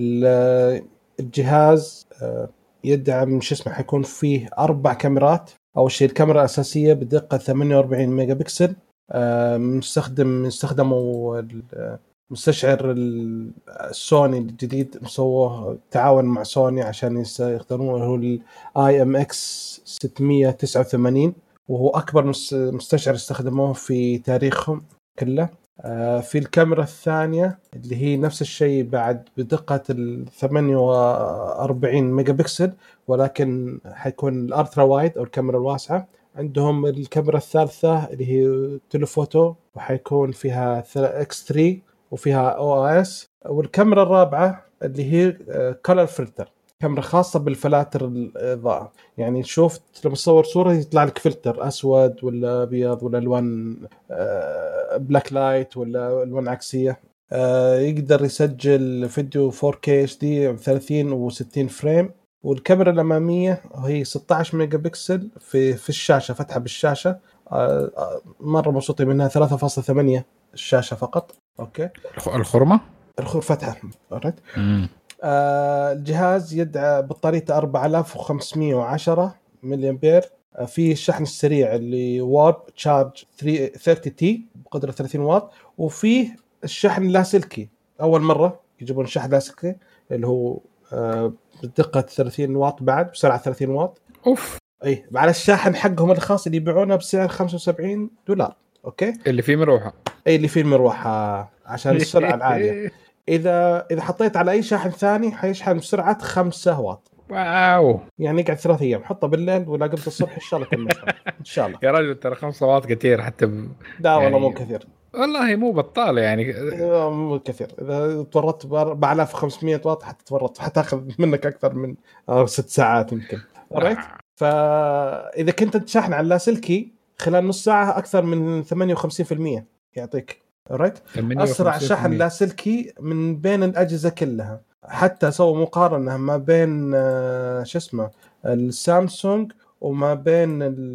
الجهاز آه يدعم شو اسمه حيكون فيه أربع كاميرات. أول شيء الكاميرا الأساسية بدقة ثمانية وأربعين ميجا بكسل. مستخدم استخدموا مستشعر السوني الجديد، مسووه تعاون مع سوني عشان يستخدموه، هو الاي ام اكس ستمية وتسعة وثمانين، وهو اكبر مستشعر استخدموه في تاريخهم كله. في الكاميرا الثانية اللي هي نفس الشيء بعد بدقة ثمانية وأربعين ميجا بكسل، ولكن حيكون الالترا وايد او الكاميرا الواسعة. عندهم الكاميرا الثالثة اللي هي تليفوتو وحيكون فيها إكس ثري وفيها أو إس. والكاميرا الرابعة اللي هي كولر فلتر، كاميرا خاصة بالفلاتر الإضاءة. يعني شوف لما تصور صورة يطلع لك فلتر أسود ولا أبيض ولا ألوان بلاك لايت ولا ألوان عكسية. يقدر يسجل فيديو فور كيه اتش دي ثلاثين وستين فريم. والكاميرا الأمامية هي ستة عشر ميجا بكسل في في الشاشة، فتحة بالشاشة مرة مبسوطة منها، ثلاثة فاصلة ثمانية الشاشة فقط. أوكي الخرمة الخور فتحة. آه الجهاز يدعى بطارية أربعة آلاف وخمسمية وعشرة ملي أمبير. آه في الشحن السريع اللي وارب تشارج ثلاثين تي بقدرة ثلاثين واط، وفيه الشحن اللاسلكي. أول مرة يجيبون شحن لاسلكي اللي هو آه بدقة ثلاثين واط بعد بسرعة ثلاثين واط. أوف. أي على الشاحن حقهم الخاص اللي يبيعونه بسعر خمسة وسبعين دولار. أوكي اللي فيه مروحة. أي اللي فيه المروحة عشان السرعة العالية. إذا إذا حطيت على أي شاحن ثاني حيشحن بسرعة خمسة واط. واو. يعني يقعد ثلاث أيام، حطه بالليل ولا قبل الصبح إن شاء الله كم يشحن إن شاء الله. يا رجل ترى خمسة واط كتير حتى ب... لا والله مو كثير. والله مو بطال يعني. مو كثير. إذا تورطت ب أربعة آلاف وخمسمية واط حتى تورط حتاخذ منك أكثر من ست ساعات يمكن. رأيت؟ فإذا كنت تشحن على اللاسلكي خلال نص ساعة أكثر من ثمانية وخمسين بالمية يعطيك. رايت أسرع شحن لاسلكي من بين الأجهزة كلها. حتى سووا مقارنة ما بين شو اسمه السامسونج وما بين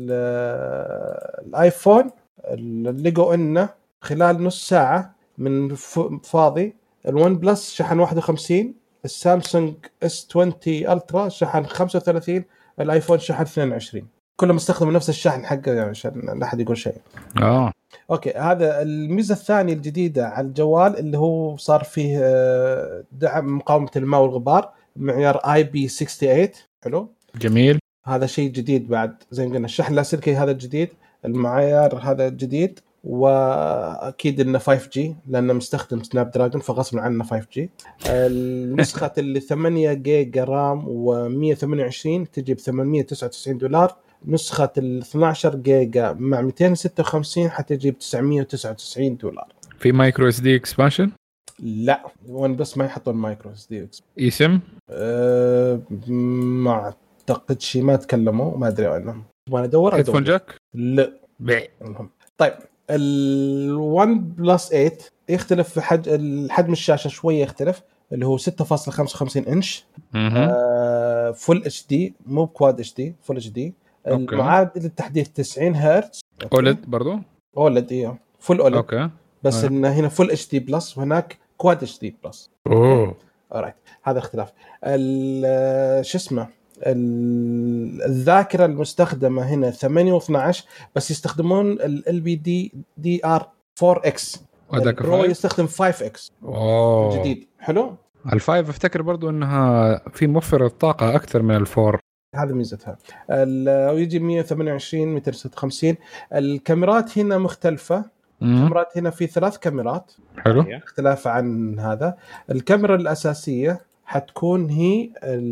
الآيفون. لقوا إنه خلال نص ساعة من فاضي الون بلس شحن واحد وخمسين، السامسونج اس عشرين الترا شحن خمسة وثلاثين، الآيفون شحن اثنين وعشرين. كلهم استخدموا نفس الشحن حقه يعني عشان لا أحد يقول شيء. آه اوكي هذا الميزه الثانيه الجديده على الجوال اللي هو صار فيه دعم مقاومه الماء والغبار معيار آي بي ثمانية وستين. حلو جميل. هذا شيء جديد بعد زي ما قلنا الشحن اللاسلكي هذا الجديد، المعيار هذا الجديد، واكيد انه خمسة جي لانه مستخدم سناب دراجون فغصب عنه خمسة جي. النسخه اللي ثمانية جيجا رام و128 تجي ب ثمانمية وتسعة وتسعين دولار. نسخة ال اثنا عشر جيجا مع مئتين وستة وخمسين حتجي ب تسعمية وتسعة وتسعين دولار. في مايكرو اس دي اكسبانشن؟ لا وين بس ما يحطون مايكرو اس دي. اسم أه ما اعتقد شيء، ما تكلموا ما ادري عنهم. وانا ادور هيدفون جاك؟ لا بيع. طيب الون بلس ثمانية يختلف في حجم الحجم الشاشة شوية يختلف اللي هو ستة فاصلة خمسة وخمسين انش. أه فول اتش دي مو بكواد اتش دي، فول اتش دي. المعدل التحديث تسعين هرتز. اولد برضو اولد ايه فول اولد. اوكي بس آه. ان هنا فول اتش دي بلس وهناك كواد اتش دي بلس. اوه اورايت هذا اختلاف. شو اسمه الذاكره المستخدمه هنا ثمانية واثني عشر بس يستخدمون ال بي دي دي ار فور اكس. البرو يستخدم خمسة اكس. اوه جديد حلو. الفايف افتكر برضو انها في موفر الطاقه اكثر من الفور، هذا ميزتها. ويجي مية وثمانية وعشرين مئتين وستة وخمسين. الكاميرات هنا مختلفة. الكاميرات هنا في ثلاث كاميرات. حلو اختلاف عن هذا. الكاميرا الأساسية حتكون هي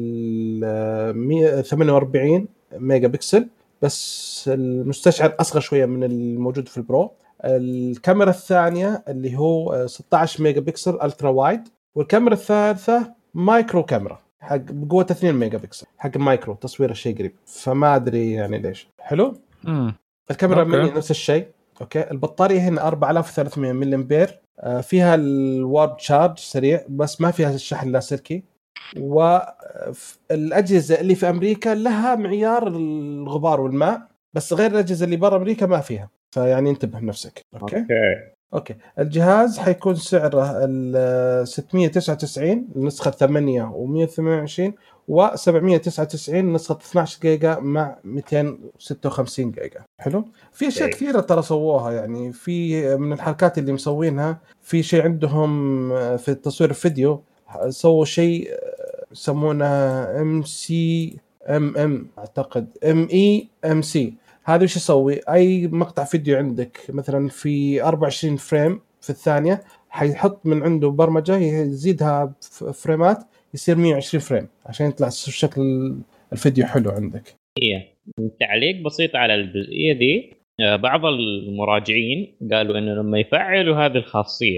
ال ثمانية وأربعين ميجا بكسل بس المستشعر أصغر شوية من الموجود في البرو. الكاميرا الثانية اللي هو ستة عشر ميجا بكسل ألترا وايد. والكاميرا الثالثة مايكرو كاميرا حق بقوة اثنين ميجا بكسل حق مايكرو تصوير الشيء قريب، فما أدري يعني ليش. حلو. مم. الكاميرا الأمامية نفس الشيء. أوكي البطارية هنا أربعة آلاف وثلاثمية ملي أمبير. آه فيها الوارب تشارج سريع بس ما فيها الشحن اللاسلكي. والأجهزة اللي في أمريكا لها معيار الغبار والماء بس غير الأجهزة اللي برا أمريكا ما فيها، فيعني انتبه بنفسك. أوكي. أوكي. اوكي الجهاز حيكون سعره ال ستمية وتسعة وتسعين النسخه ثمانية ومية وثمانية وعشرين وسبعمية وتسعة وتسعين نسخه اثنا عشر جيجا مع مئتين وستة وخمسين جيجا. حلو. في اشياء كثيره ترى سووها يعني في من الحركات اللي مسوينها. في شيء عندهم في التصوير الفيديو سووا شيء يسمونه ام سي ام ام اعتقد ام اي ام سي. هذا وش يسوي؟ اي مقطع فيديو عندك مثلا في أربعة وعشرين فريم في الثانيه حيحط من عنده برمجه يزيدها فريمات يصير مية وعشرين فريم عشان يطلع شكل الفيديو حلو عندك. إيه. تعليق بسيط على الجزئيه دي. بعض المراجعين قالوا انه لما يفعلوا هذه الخاصيه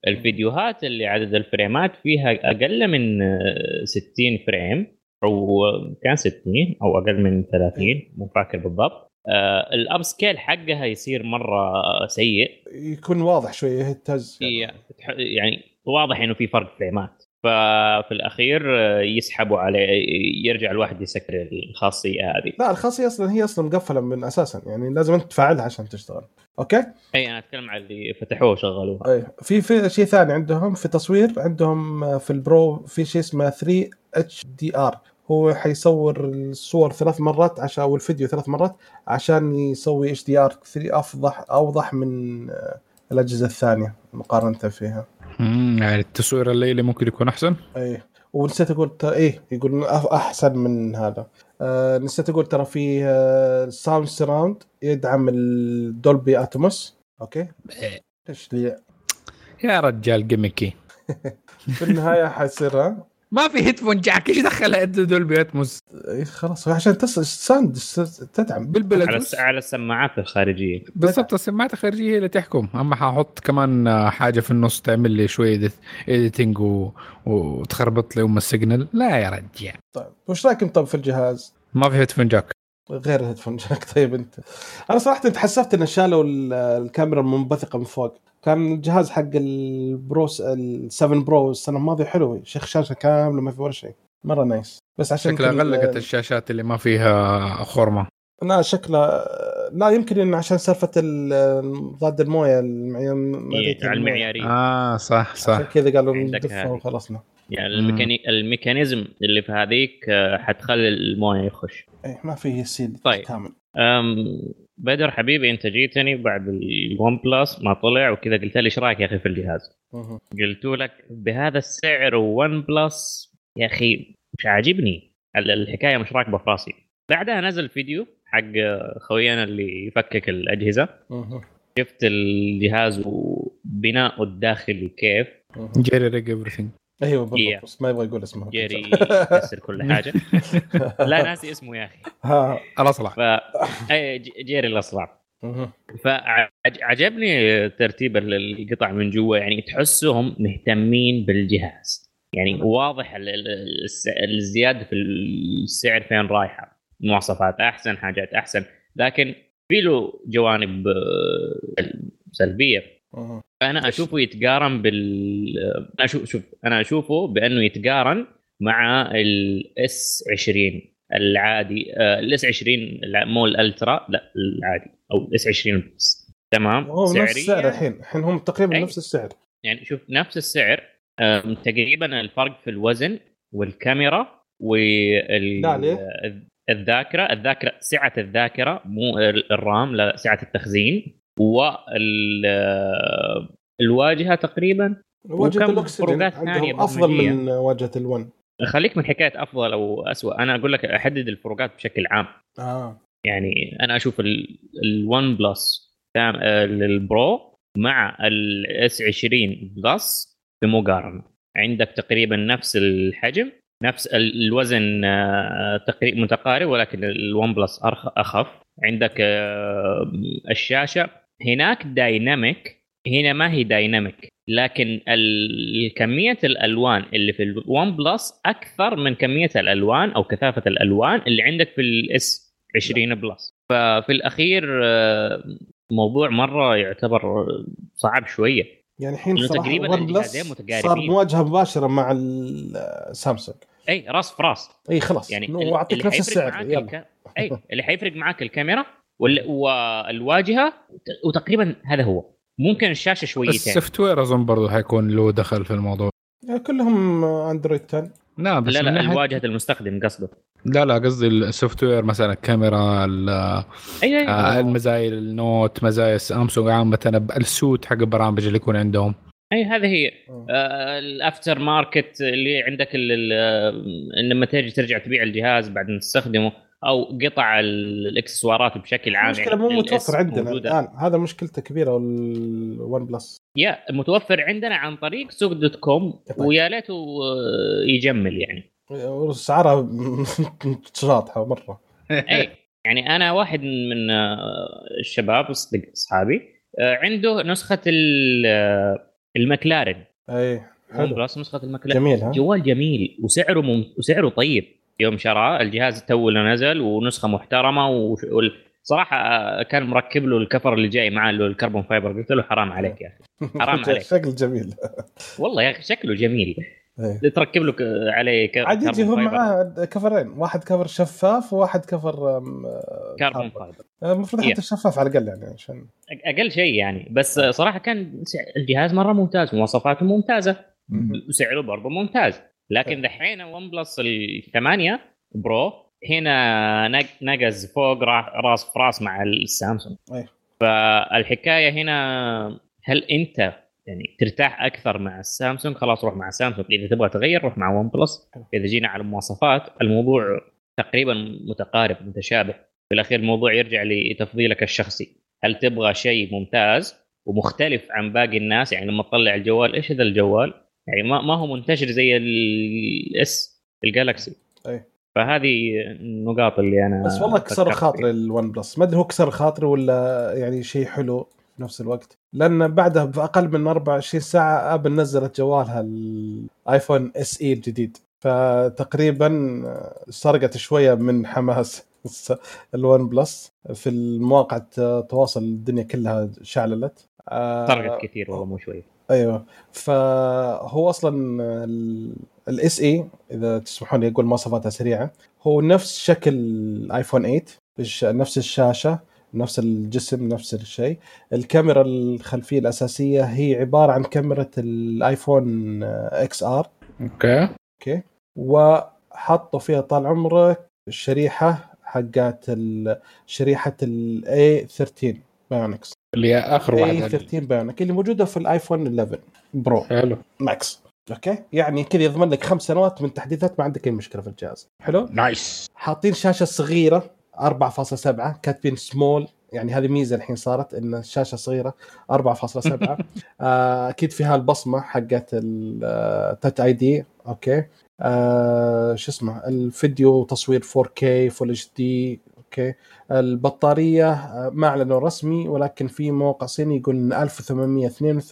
الفيديوهات اللي عدد الفريمات فيها اقل من ستين فريم او كان ستين او اقل من ثلاثين مو فاكر بالضبط. آه الاب سكيل حقها يصير مره سيء، يكون واضح شويه يهتز يعني, يعني واضح انه في فرق فريمات. ففي الاخير يسحبوا عليه، يرجع الواحد يسكر الخاصيه هذه. لا الخاصيه اصلا هي اصلا مقفله من اساسا، يعني لازم انت تفعلها عشان تشتغل. اوكي اي انا اتكلم عن اللي فتحوه وشغلوها. اي في في شيء ثاني عندهم في تصوير، عندهم في البرو في شيء اسمه ثري اتش دي ار، هو حيصور الصور ثلاث مرات عشان او الفيديو ثلاث مرات عشان يسوي اتش دي ار ثري افضح اوضح من الاجهزه الثانيه مقارنه فيها. امم يعني التصوير الليلي ممكن يكون احسن. اي ونسيت اقول ترى ايه يقول احسن من هذا. آه نسيت اقول ترى في آه ساوند سراوند يدعم الدولبي اتموس. اوكي ايش لي يا رجال جيميكي. في النهايه حيصير ما في هيدفون جاك، ايش دخلها دولبي اتموس؟ إيه خلاص عشان تصل ساوند تدعم بالبلوتوث على السماعات الخارجيه. بالضبط السماعات الخارجيه هي اللي تحكم. اما حاحط كمان حاجه في النص تعمل لي شويه اديتنج و... وتخربط لي ام السيجنال. لا يا رجال. طيب وش رايكم طب في الجهاز؟ ما في هيدفون جاك غير الهيدفون جاك. طيب انت انا صراحه تحسفت ان شالوا الكاميرا المنبثقه من فوق. كان الجهاز حق البروس السفن برو السنه الماضيه حلو، شيخ شاشه كامله ما في ولا شيء، مره نايس. بس عشان شكلها غلقت الشاشات اللي ما فيها خرمه. لا شكلها لا يمكن انه عشان سالفه ضد المويه المعياريه. اه صح صح عشان كذا قالوا ندفها وخلصنا. يعني الميكاني... الميكانيزم اللي في هذيك حتخلي المويه يخش. اي ما فيه سيل طيب. كامل. أم بدر حبيبي انت جيتني بعد الون بلس ما طلع وكذا، قلت لي ايش رايك يا اخي في الجهاز؟ أه. قلت لك بهذا السعر ون بلس يا اخي مش عاجبني الحكايه، مش راكبه في راسي. بعدها نزل فيديو حق خوينا اللي يفكك الاجهزه. أه. شفت الجهاز وبناؤه الداخلي كيف. جيري ريج ايفريثينج. ايوه بالضبط بس ما يبغى يقول اسمه. جيري يكسر كل حاجه. لا ناسي اسمه يا اخي. ها الاصلع. ف اي جيري الاصلع. فعجبني ترتيب القطع من جوا، يعني تحسهم مهتمين بالجهاز، يعني واضح الزياده في السعر فين رايحه. مواصفات احسن، حاجات احسن، لكن في له جوانب سلبيه. فانا اشوفه يتقارن بال اشوف شوف انا اشوفه بانه يتقارن مع الاس عشرين العادي. الاس عشرين مو الالترا، لا العادي او الاس عشرين بس. تمام سعريا نفس السعر الحين الحين هم تقريبا نفس السعر. يعني شوف نفس السعر تقريبا. الفرق في الوزن والكاميرا والذاكره. الذاكره سعه الذاكره مو الرام، لا سعه التخزين. والواجهه تقريبا واجهه الاكسجين عندهم افضل من واجهه الون. خليك من حكايه افضل او اسوء، انا اقول لك احدد الفروقات بشكل عام. اه يعني انا اشوف الون بلس للبرو مع الاس عشرين بلس بمقارنه، عندك تقريبا نفس الحجم نفس الوزن تقريبا متقارب، ولكن الون بلس اخف. عندك الشاشه هناك دايناميك، هنا ما هي دايناميك، لكن كميه الالوان اللي في الون بلس اكثر من كميه الالوان او كثافه الالوان اللي عندك في الاس عشرين بلس. ففي الاخير موضوع مره يعتبر صعب شويه. يعني الحين تقريبا الجهازين متقاربين، صار مواجهه مباشره مع السامسونج. اي راس في راس. اي خلاص يعني واعطيك نفس السعر. يلا اي اللي حيفرق معاك الكاميرا والواجهه، وتقريبا هذا هو. ممكن الشاشه شويتين. السوفت وير اظن برضه حيكون له دخل في الموضوع. يعني كلهم اندرويد عشرة. لا بس لا, لا الواجهه المستخدم قصده. لا لا قصدي السوفت وير مثلا الكاميرا أي آه المزايا النوت مزايا سامسونج عامه السوت حق البرامج اللي يكون عندهم. اي هذه هي آه الافتر ماركت اللي عندك لما تيجي ترجع تبيع الجهاز بعد ما تستخدمه، او قطع الاكسسوارات بشكل عام. المشكله مو متوفر عندنا الان، هذا مشكلته كبيره. الون بلس يا متوفر عندنا عن طريق سوق دوت كوم، ويا ليته يجمل يعني وسعرها شاطحه مره. اي يعني انا واحد من الشباب اصحابي عنده نسخه المكلارن اي ون حلو بلس نسخه المكلارن جميل ها جوال جميل وسعره مم... وسعره طيب. يوم شرى الجهاز تو اللي نزل ونسخه محترمه وصراحه كان مركب له الكفر اللي جاي معاه له الكربون فايبر، قلت له حرام عليك يا اخي حرام عليك شكل جميل والله يا اخي شكله جميل. إيه. تركب له عليه ك- عاد يجي كربون هو فايبر معاه كفرين، واحد كفر شفاف وواحد كفر أم، كربون كاربون. فايبر المفروض إيه. حتى الشفاف على الاقل يعني عشان اقل شيء يعني. بس صراحه كان سع- الجهاز مره ممتاز، مواصفاته ممتازه مهم. وسعره برضه ممتاز. لكن دحين ون بلس الثمانية برو هنا نق- نقز فوق را- راس في راس مع السامسونج. أيه. فالحكايه هنا هل انت يعني ترتاح اكثر مع السامسونج؟ خلاص روح مع سامسونج. اذا تبغى تغير روح مع ون بلس. اذا جينا على المواصفات الموضوع تقريبا متقارب متشابه. في الاخير الموضوع يرجع لتفضيلك الشخصي. هل تبغى شيء ممتاز ومختلف عن باقي الناس؟ يعني لما تطلع الجوال ايش هذا الجوال يعني ما, ما هو منتشر زي الاس الجالكسي. أيه. فهذه النقاط اللي انا بس والله كسر فكرت خاطري فيها. الون بلس، ما ادري هو كسر خاطري ولا يعني شيء حلو في نفس الوقت، لان بعدها باقل من أربعة وعشرين ساعه ابل نزلت جوالها الايفون اس اي الجديد، فتقريبا سرقت شويه من حماس الون بلس في المواقع التواصل. الدنيا كلها شعللت سرقت كثير والله مو شوي. ايوه. فهو اصلا الاس اي اذا تسمحون لي اقول مواصفاتها سريعه، هو نفس شكل الايفون ثمانية، نفس الشاشه نفس الجسم نفس الشيء. الكاميرا الخلفيه الاساسيه هي عباره عن كاميرا الايفون اكس ار. اوكي اوكي. وحطوا فيها طال عمرك الشريحه حقت شريحه الاي ثلاثة عشر بايونكس اللي هي اخر اي واحده ثلاثة عشر بايونيك اللي موجوده في الايفون إحدى عشر برو حلو ماكس. اوكي يعني كذا يضمن لك خمس سنوات من تحديثات ما عندك اي مشكله في الجهاز. حلو نايس. حاطين شاشه صغيره أربعة فاصلة سبعة كاتبين سمول، يعني هذه ميزه الحين صارت ان الشاشه صغيره أربعة فاصلة سبعة. آه، اكيد فيها البصمه حقت التاتش اي دي. اوكي آه، شو اسمه الفيديو تصوير فور كي فول اتش دي. اوكي البطاريه ما اعلنوا رسمي ولكن في موقع صيني يقول ألف وثمانمية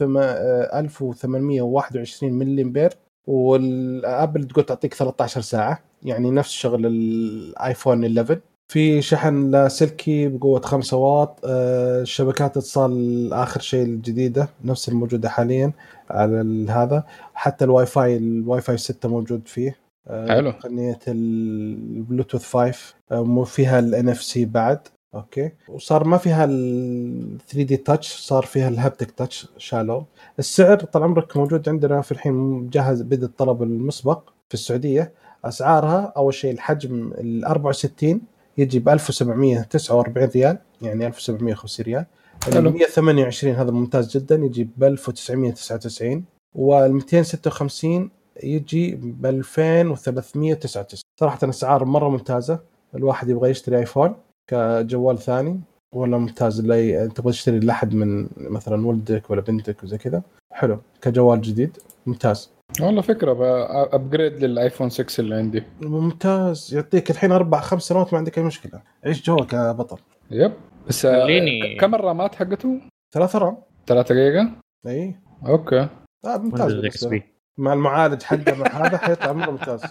وواحد وعشرين ملي امبير، والابل تقول تعطيك ثلاثة عشر ساعه يعني نفس شغل الايفون إحدى عشر. في شحن لاسلكي بقوه خمسة واط. أه شبكات اتصال اخر شيء الجديده نفس الموجوده حاليا على هذا. حتى الواي فاي الواي فاي ستة موجود فيه. حلو. تقنيه البلوتوث خمسة مو فيها الان اف سي بعد. اوكي وصار ما فيها ال ثري دي تاتش، صار فيها الهابتك تاتش شالو. السعر طال عمرك موجود عندنا في الحين مجهز بدء الطلب المسبق في السعوديه. اسعارها اول شيء الحجم ال أربعة وستين يجي ب ألف وسبعمية وتسعة وأربعين ريال يعني ألف وسبعمية وخمسين ريال. ال مية وثمانية وعشرين هذا ممتاز جدا يجي ب ألف وتسعمية وتسعة وتسعين، وال مئتين وستة وخمسين يجي ب ألفين وثلاثمية وتسعة وتسعين. صراحه اسعار مره ممتازه. الواحد يبغى يشتري ايفون كجوال ثاني ولا ممتاز، اللي انت تبغى تشتري لحد من مثلا ولدك ولا بنتك وزي كذا حلو كجوال جديد ممتاز والله فكره ابجريد للايفون ستة اللي عندي ممتاز. يعطيك الحين اربع خمس سنوات ما عندك اي مشكله، عيش جوك يا بطل. يب بس خليني- كم الرامات حقته؟ ثلاثة رام. ثلاثة جيجا. اي اوكي آه ممتاز Windows بالنسبة إكس له. بي. مع المعالج حقه مع هذا حيطلع منه ممتاز.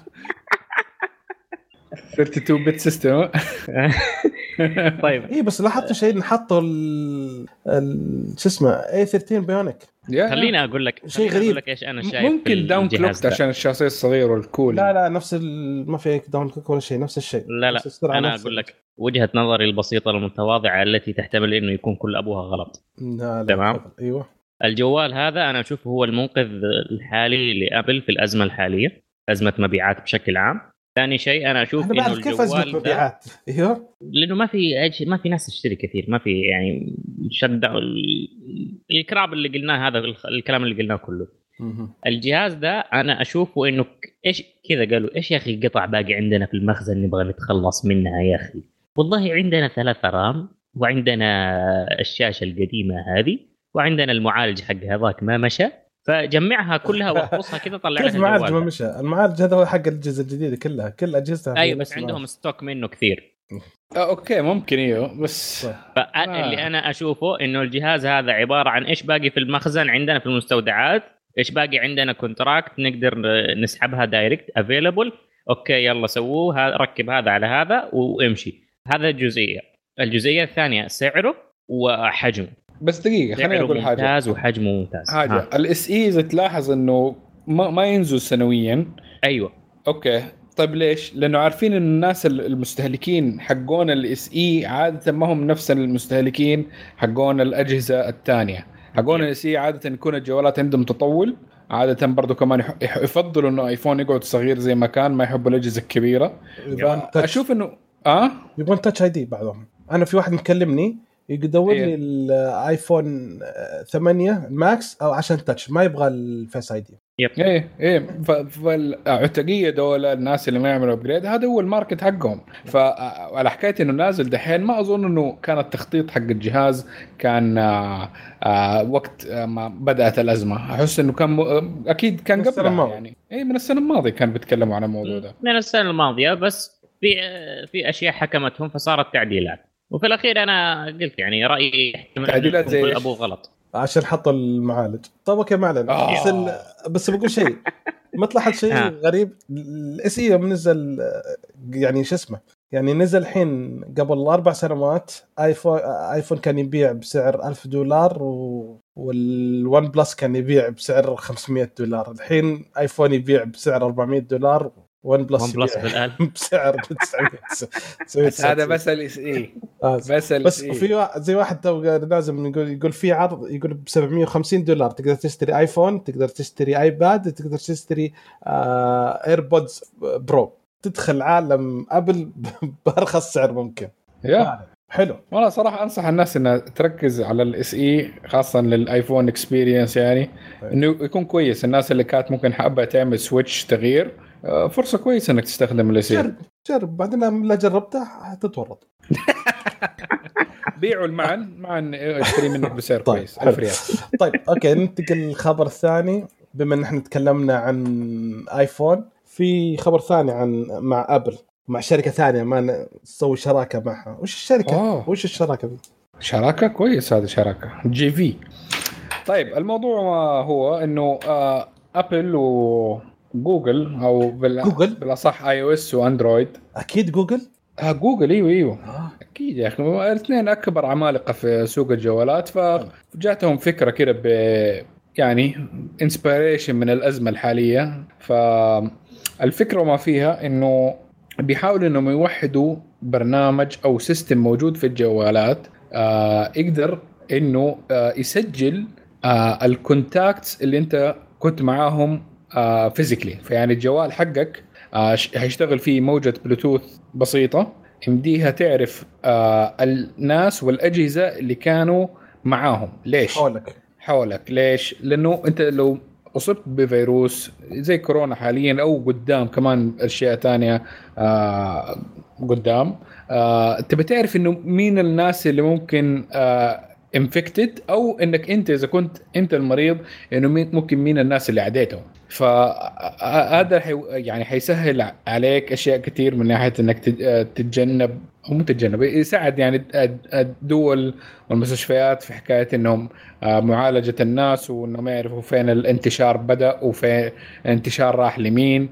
ثلاثة وعشرين بت سيستم. طيب اي بس لاحظت شيء ان حطوا ال ال- شو اسمه اي ثلاثة عشر بايونيك. خليني اقول لك شيء خليني غريب. اقول لك ايش انا شايف ممكن داون كلوكت عشان الشاصيه الصغير والكول. لا لا نفس ال... ما في داون كلوك ولا شيء نفس الشيء. لا لا انا اقول لك وجهه نظري البسيطه المتواضعه التي تحتمل انه يكون كل ابوها غلط. لا لا تمام فضل. ايوه الجوال هذا انا اشوفه هو المنقذ الحالي لابل في الازمه الحاليه، ازمه مبيعات بشكل عام. ثاني شيء انا اشوف انه كيف ازمه الجوال مبيعات. ايوه لانه ما في ما في ناس تشتري كثير، ما في يعني شد الكراب اللي قلناه هذا الكلام اللي قلناه كله. الجهاز ده انا اشوفه انه ايش كذا قالوا ايش يا اخي قطع باقي عندنا في المخزن نبغى نتخلص منها يا اخي. والله عندنا ثلاثة رام وعندنا الشاشه القديمه هذه وعندنا المعالج حق هذاك ما مشى، فجمعها كلها واخلصها كذا طلع لك المعالج ما مشى. المعالج هذا هو حق الاجهزه الجديده كلها كل اجهزتها. ايوه بس عندهم ستوك منه كثير آه اوكي ممكن ايوه بس فاللي انا اشوفه انه الجهاز هذا عباره عن ايش باقي في المخزن عندنا في المستودعات، ايش باقي عندنا كونتراكت نقدر نسحبها دايركت افيلبل، اوكي يلا سووه، ركب هذا على هذا وامشي. هذا الجزئيه. الجزئيه الثانيه سعره وحجمه. بس دقيقه خليني اقول حاجه. ممتاز وحجمه ممتاز. حاجه الاس اي اذا تلاحظ انه ما, ما ينزل سنويا. ايوه اوكي طيب ليش؟ لانه عارفين ان الناس المستهلكين حقون الاس اي عاده ما هم نفس المستهلكين حقون الاجهزه الثانيه. حقون الاس اي عاده يكون الجوالات عندهم تطول، عاده برضو كمان يفضلوا انه ايفون يقعد صغير زي ما كان، ما يحبوا الاجهزه الكبيره. اشوف انه اه يبون تاتش اي دي بعضهم. انا في واحد مكلمني يدور لي الايفون ثمانية ماكس او عشان تاتش، ما يبغى الفيس اي دي. يب ايه ايه فالعتقيه دول الناس اللي ما يعملوا ابجريد هذا هو الماركت حقهم. فعلى حكايه انه نازل دحين ما اظن انه كان التخطيط حق الجهاز كان آآ آآ وقت ما بدات الازمه. احس انه كان م... اكيد كان قبل يعني ايه من السنه الماضيه كان بيتكلموا عن الموضوع ده، من السنه الماضيه، بس في في اشياء حكمتهم فصارت تعديلات. وفي الاخير انا قلت يعني رايي تعديلات زي ابو غلط عشان حطوا المعالج. طب اوكي ما علينا. آه. بس ال... بس بقول شيء ما تلاحظ شيء غريب. الاس اي منزل يعني شو اسمه يعني نزل الحين قبل اربع سنوات ايفون ايفون كان يبيع بسعر ألف دولار و... والون بلس كان يبيع بسعر خمسمية دولار. الحين ايفون يبيع بسعر أربعمية دولار، ون بلس بالآن بسعر تسعمية. هذا بس الاس اي بس بس في في واحد تو لازم يقول يقول في عرض يقول ب سبعمية وخمسين دولار تقدر تشتري ايفون، تقدر تشتري ايباد، تقدر تشتري آه ايربودز برو، تدخل عالم ابل بارخص سعر ممكن. يا حلو. والله صراحه انصح الناس انها تركز على الاس اي خاصه للايفون اكسبيرينس، يعني انه يكون كويس. الناس اللي كانت ممكن حابه تعمل سويتش تغيير فرصه كويسه انك تستخدم الاس اي. جرب جرب بعدين لا جربته هتتورط. بيعوا المعن معن اشتري منك بسعر طيب كويس ألف ريال. طيب اوكي ننتقل للخبر الثاني. بما ان احنا تكلمنا عن ايفون، في خبر ثاني عن مع ابل مع شركه ثانيه ما نسوي شراكه معها. وش الشركه؟ أوه. وش الشراكه دي؟ شراكه كويس هذا شراكه جي في. طيب الموضوع هو انه ابل وجوجل او بال... جوجل بالاصح اي او اس واندرويد. اكيد جوجل. اه جوجل ايوه ايوه آه. اكيد يا اخي الاثنين اكبر عمالقه في سوق الجوالات، فجاتهم فكره كده ب يعني انسبيريشن من الازمه الحاليه. فالفكره ما فيها انه بيحاولوا انهم يوحدوا برنامج او سيستم موجود في الجوالات آه يقدر انه آه يسجل آه الكونتاكتس اللي انت كنت معاهم آه فيزيكلي. فيعني الجوال حقك آه هيشتغل فيه موجة بلوتوث بسيطة يمديها تعرف آه الناس والأجهزة اللي كانوا معاهم. ليش؟ حولك حولك ليش؟ لأنه أنت لو أصبت بفيروس زي كورونا حاليا أو قدام كمان أشياء تانية آه قدام آه تبي تعرف إنه مين الناس اللي ممكن آه infected أو إنك أنت إذا كنت أنت المريض إنه ممكن مين الناس اللي عديتهم. فهذا حي يعني حيسهل عليك أشياء كتير من ناحية إنك تتجنب أو مو تتجنب، يساعد يعني الدول والمستشفيات في حكاية إنهم معالجة الناس وإنهم يعرفوا فين الانتشار بدأ وفين الانتشار راح لمين.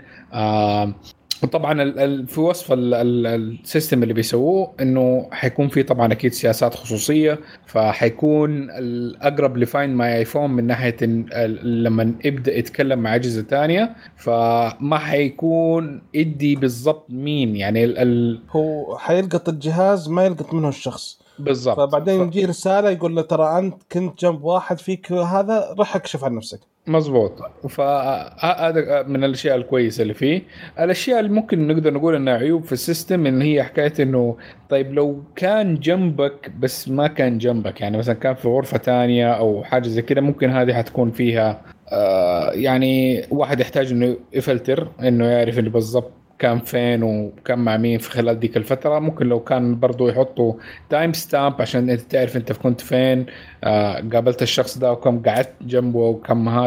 وطبعا في وصف السيستم اللي بيسووه انه حيكون في طبعا اكيد سياسات خصوصيه، فحيكون الاقرب لفاين ماي ايفون من ناحيه لما يبدا يتكلم مع اجهزه ثانيه، فما حيكون يدي بالضبط مين يعني ال هو حيلقط الجهاز ما يلقط منه الشخص بالضبط. فبعدين يجي ف... رساله يقول له ترى انت كنت جنب واحد فيك هذا رح اكشف عن نفسك. مزبوط. فهذا من الاشياء الكويسه اللي فيه. الاشياء اللي ممكن نقدر نقول انها عيوب في السيستم ان هي حكايه انه طيب لو كان جنبك بس ما كان جنبك، يعني مثلا كان في غرفه تانية او حاجه زي كده، ممكن هذه حتكون فيها آه يعني واحد يحتاج انه يفلتر انه يعرف اللي بالضبط كان فين وكان مع مين في خلال ديك الفترة. ممكن لو كان برضو يحطوا تايم ستامب عشان انت تعرف انت كنت فين آه قابلت الشخص ده وكم قعدت جنبه وكم هذا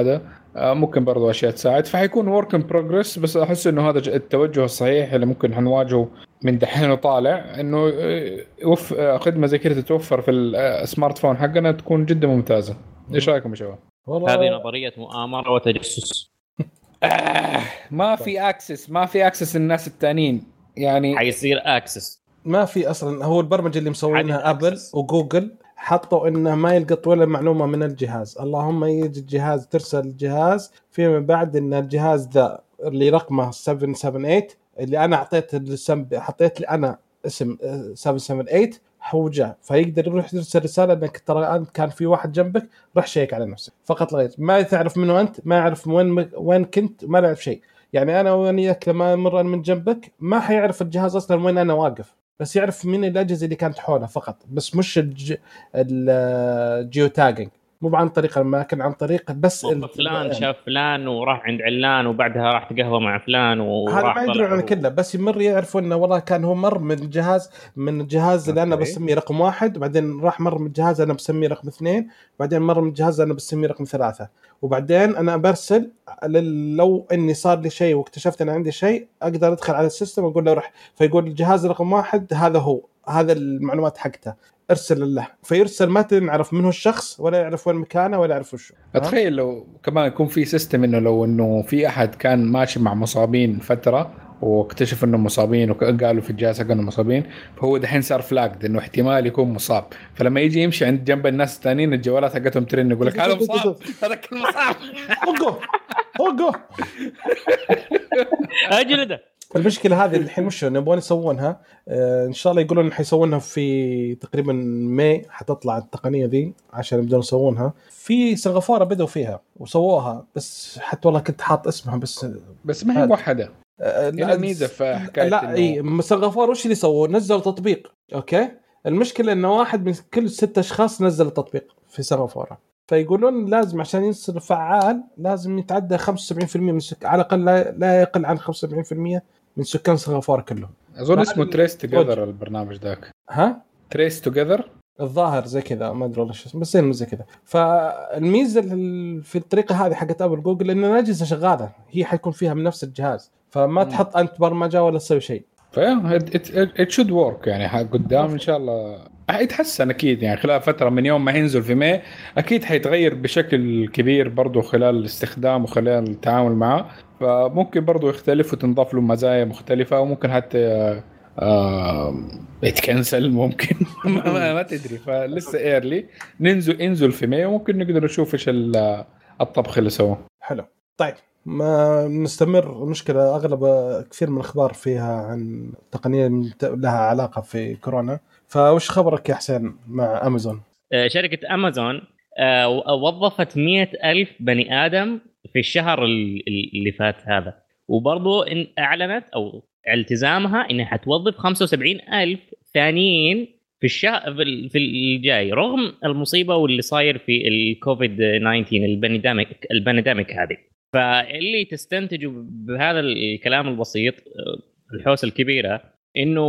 ممكن برضو اشياء تساعد، فحيكون work in progress. بس احس انه هذا التوجه الصحيح اللي ممكن حنواجهه من دحين وطالع، انه يوف خدمه زي كذا تتوفر في السمارت فون حقنا تكون جدا ممتازه. ايش رايكم يا شباب؟ هذه نظريه مؤامره وتجسس. آه ما في اكسس ما في اكسس الناس التانيين يعني حيصير اكسس. ما في اصلا. هو البرمجه اللي مسوينها ابل وجوجل حطوا انه ما يلقط ولا معلومه من الجهاز، اللهم يجي الجهاز ترسل الجهاز فيما بعد ان الجهاز ذا اللي رقمه سبعة سبعة ثمانية اللي انا اعطيت الاسم، حطيت لي انا اسم سبعة سبعة ثمانية حوجه، فيقدر يروح يرسل رساله انك ترى انت كان في واحد جنبك رح شيك على نفسك فقط لغير. ما تعرف منه انت، ما يعرف وين وين كنت، ما يعرف شيء. يعني انا وياك لما امر من جنبك ما حيعرف الجهاز اصلا وين انا واقف، بس يعرف من الاجهزه اللي كانت حوله فقط، بس مش الج... الجيو تاجنج، مو عن طريق الاماكن، عن طريق بس فلان شاف فلان وراح عند علان وبعدها راح تقهوى مع فلان وراح. هذا ما يدرون عن كله، بس يمر يعرفوا انه والله كان هو مر من الجهاز من الجهاز اللي انا بسميه رقم واحد، وبعدين راح مر من الجهاز انا بسميه رقم اثنين، وبعدين مر من الجهاز انا بسميه رقم ثلاثة، وبعدين انا برسل لو اني صار لي شيء واكتشفت ان عندي شيء اقدر ادخل على السيستم واقول له روح، فيقول الجهاز رقم واحد هذا هو، هذا المعلومات حقته ارسل له، فيرسل ما نعرف منه الشخص ولا يعرف وين مكانه ولا يعرف وشو. اتخيل لو كمان يكون في سيستم انه لو انه في احد كان ماشي مع مصابين فتره واكتشف انهم مصابين وقالوا في الجهاز حقهم مصابين، فهو دحين صار فلاجد انه احتمال يكون مصاب، فلما يجي يمشي عند جنب الناس الثانيين الجوالات حقتهم ترن يقول لك هذا مصاب هذا كل مصاب وقف وقف اجل ده. المشكله هذه الحين مش نبغون يسوونها، آه ان شاء الله يقولون ان حيسوونها في تقريبا ماي حتطلع التقنيه ذي عشان يبدون يسوونها. في سنغافوره بدوا فيها وسووها، بس حتى والله كنت حاط اسمها بس بس ما هي موحده. آه لا ميزه في حكايه لا اي سنغافوره وش اللي سووا؟ نزلوا تطبيق. اوكي المشكله انه واحد من كل ستة اشخاص نزل التطبيق في سنغافوره، فيقولون لازم عشان يصير فعال لازم يتعدى خمسة وسبعين بالمئة من سك... على الاقل لا... لا يقل عن خمسة وسبعين بالمئة من سكان سنغافوره كلهم. اظن اسمه تريس توجذر البرنامج ذاك. ها تريس توجذر الظاهر زي كذا، ما ادري والله شو اسمه، بس زي كذا. فالميزه في الطريقه هذه حقت ابل جوجل ان الاجهزه شغاله هي حيكون فيها من نفس الجهاز، فما م. تحط انت برمجه ولا تسوي شيء. فيا ات شود ورك يعني قدام ان شاء الله حيتحسن اكيد. يعني خلال فتره من يوم ما ينزل في ماي اكيد حيتغير بشكل كبير برضو خلال الاستخدام وخلال التعامل معه، فممكن برضو يختلف وتنضاف له مزايا مختلفه، وممكن حتى آه يتكنسل ممكن ما, ما تدري. فلسه ايرلي ننزل انزل في ماي وممكن نقدر نشوف ايش الطبخ اللي سووه. حلو. طيب ما نستمر. المشكله اغلب كثير من الاخبار فيها عن تقنيه لها علاقه في كورونا، فوش خبرك يا حسين مع امازون؟ شركه امازون وظفت مئة ألف بني ادم في الشهر اللي فات هذا، وبرضو اعلنت او التزامها انها حتوظف خمسة وسبعين ألف ثانيين في الشهر في الجاي، رغم المصيبه واللي صاير في الكوفيد تسعة عشر البانديميك البانديميك هذه. فاللي تستنتجوا بهذا الكلام البسيط الحوسه الكبيره انه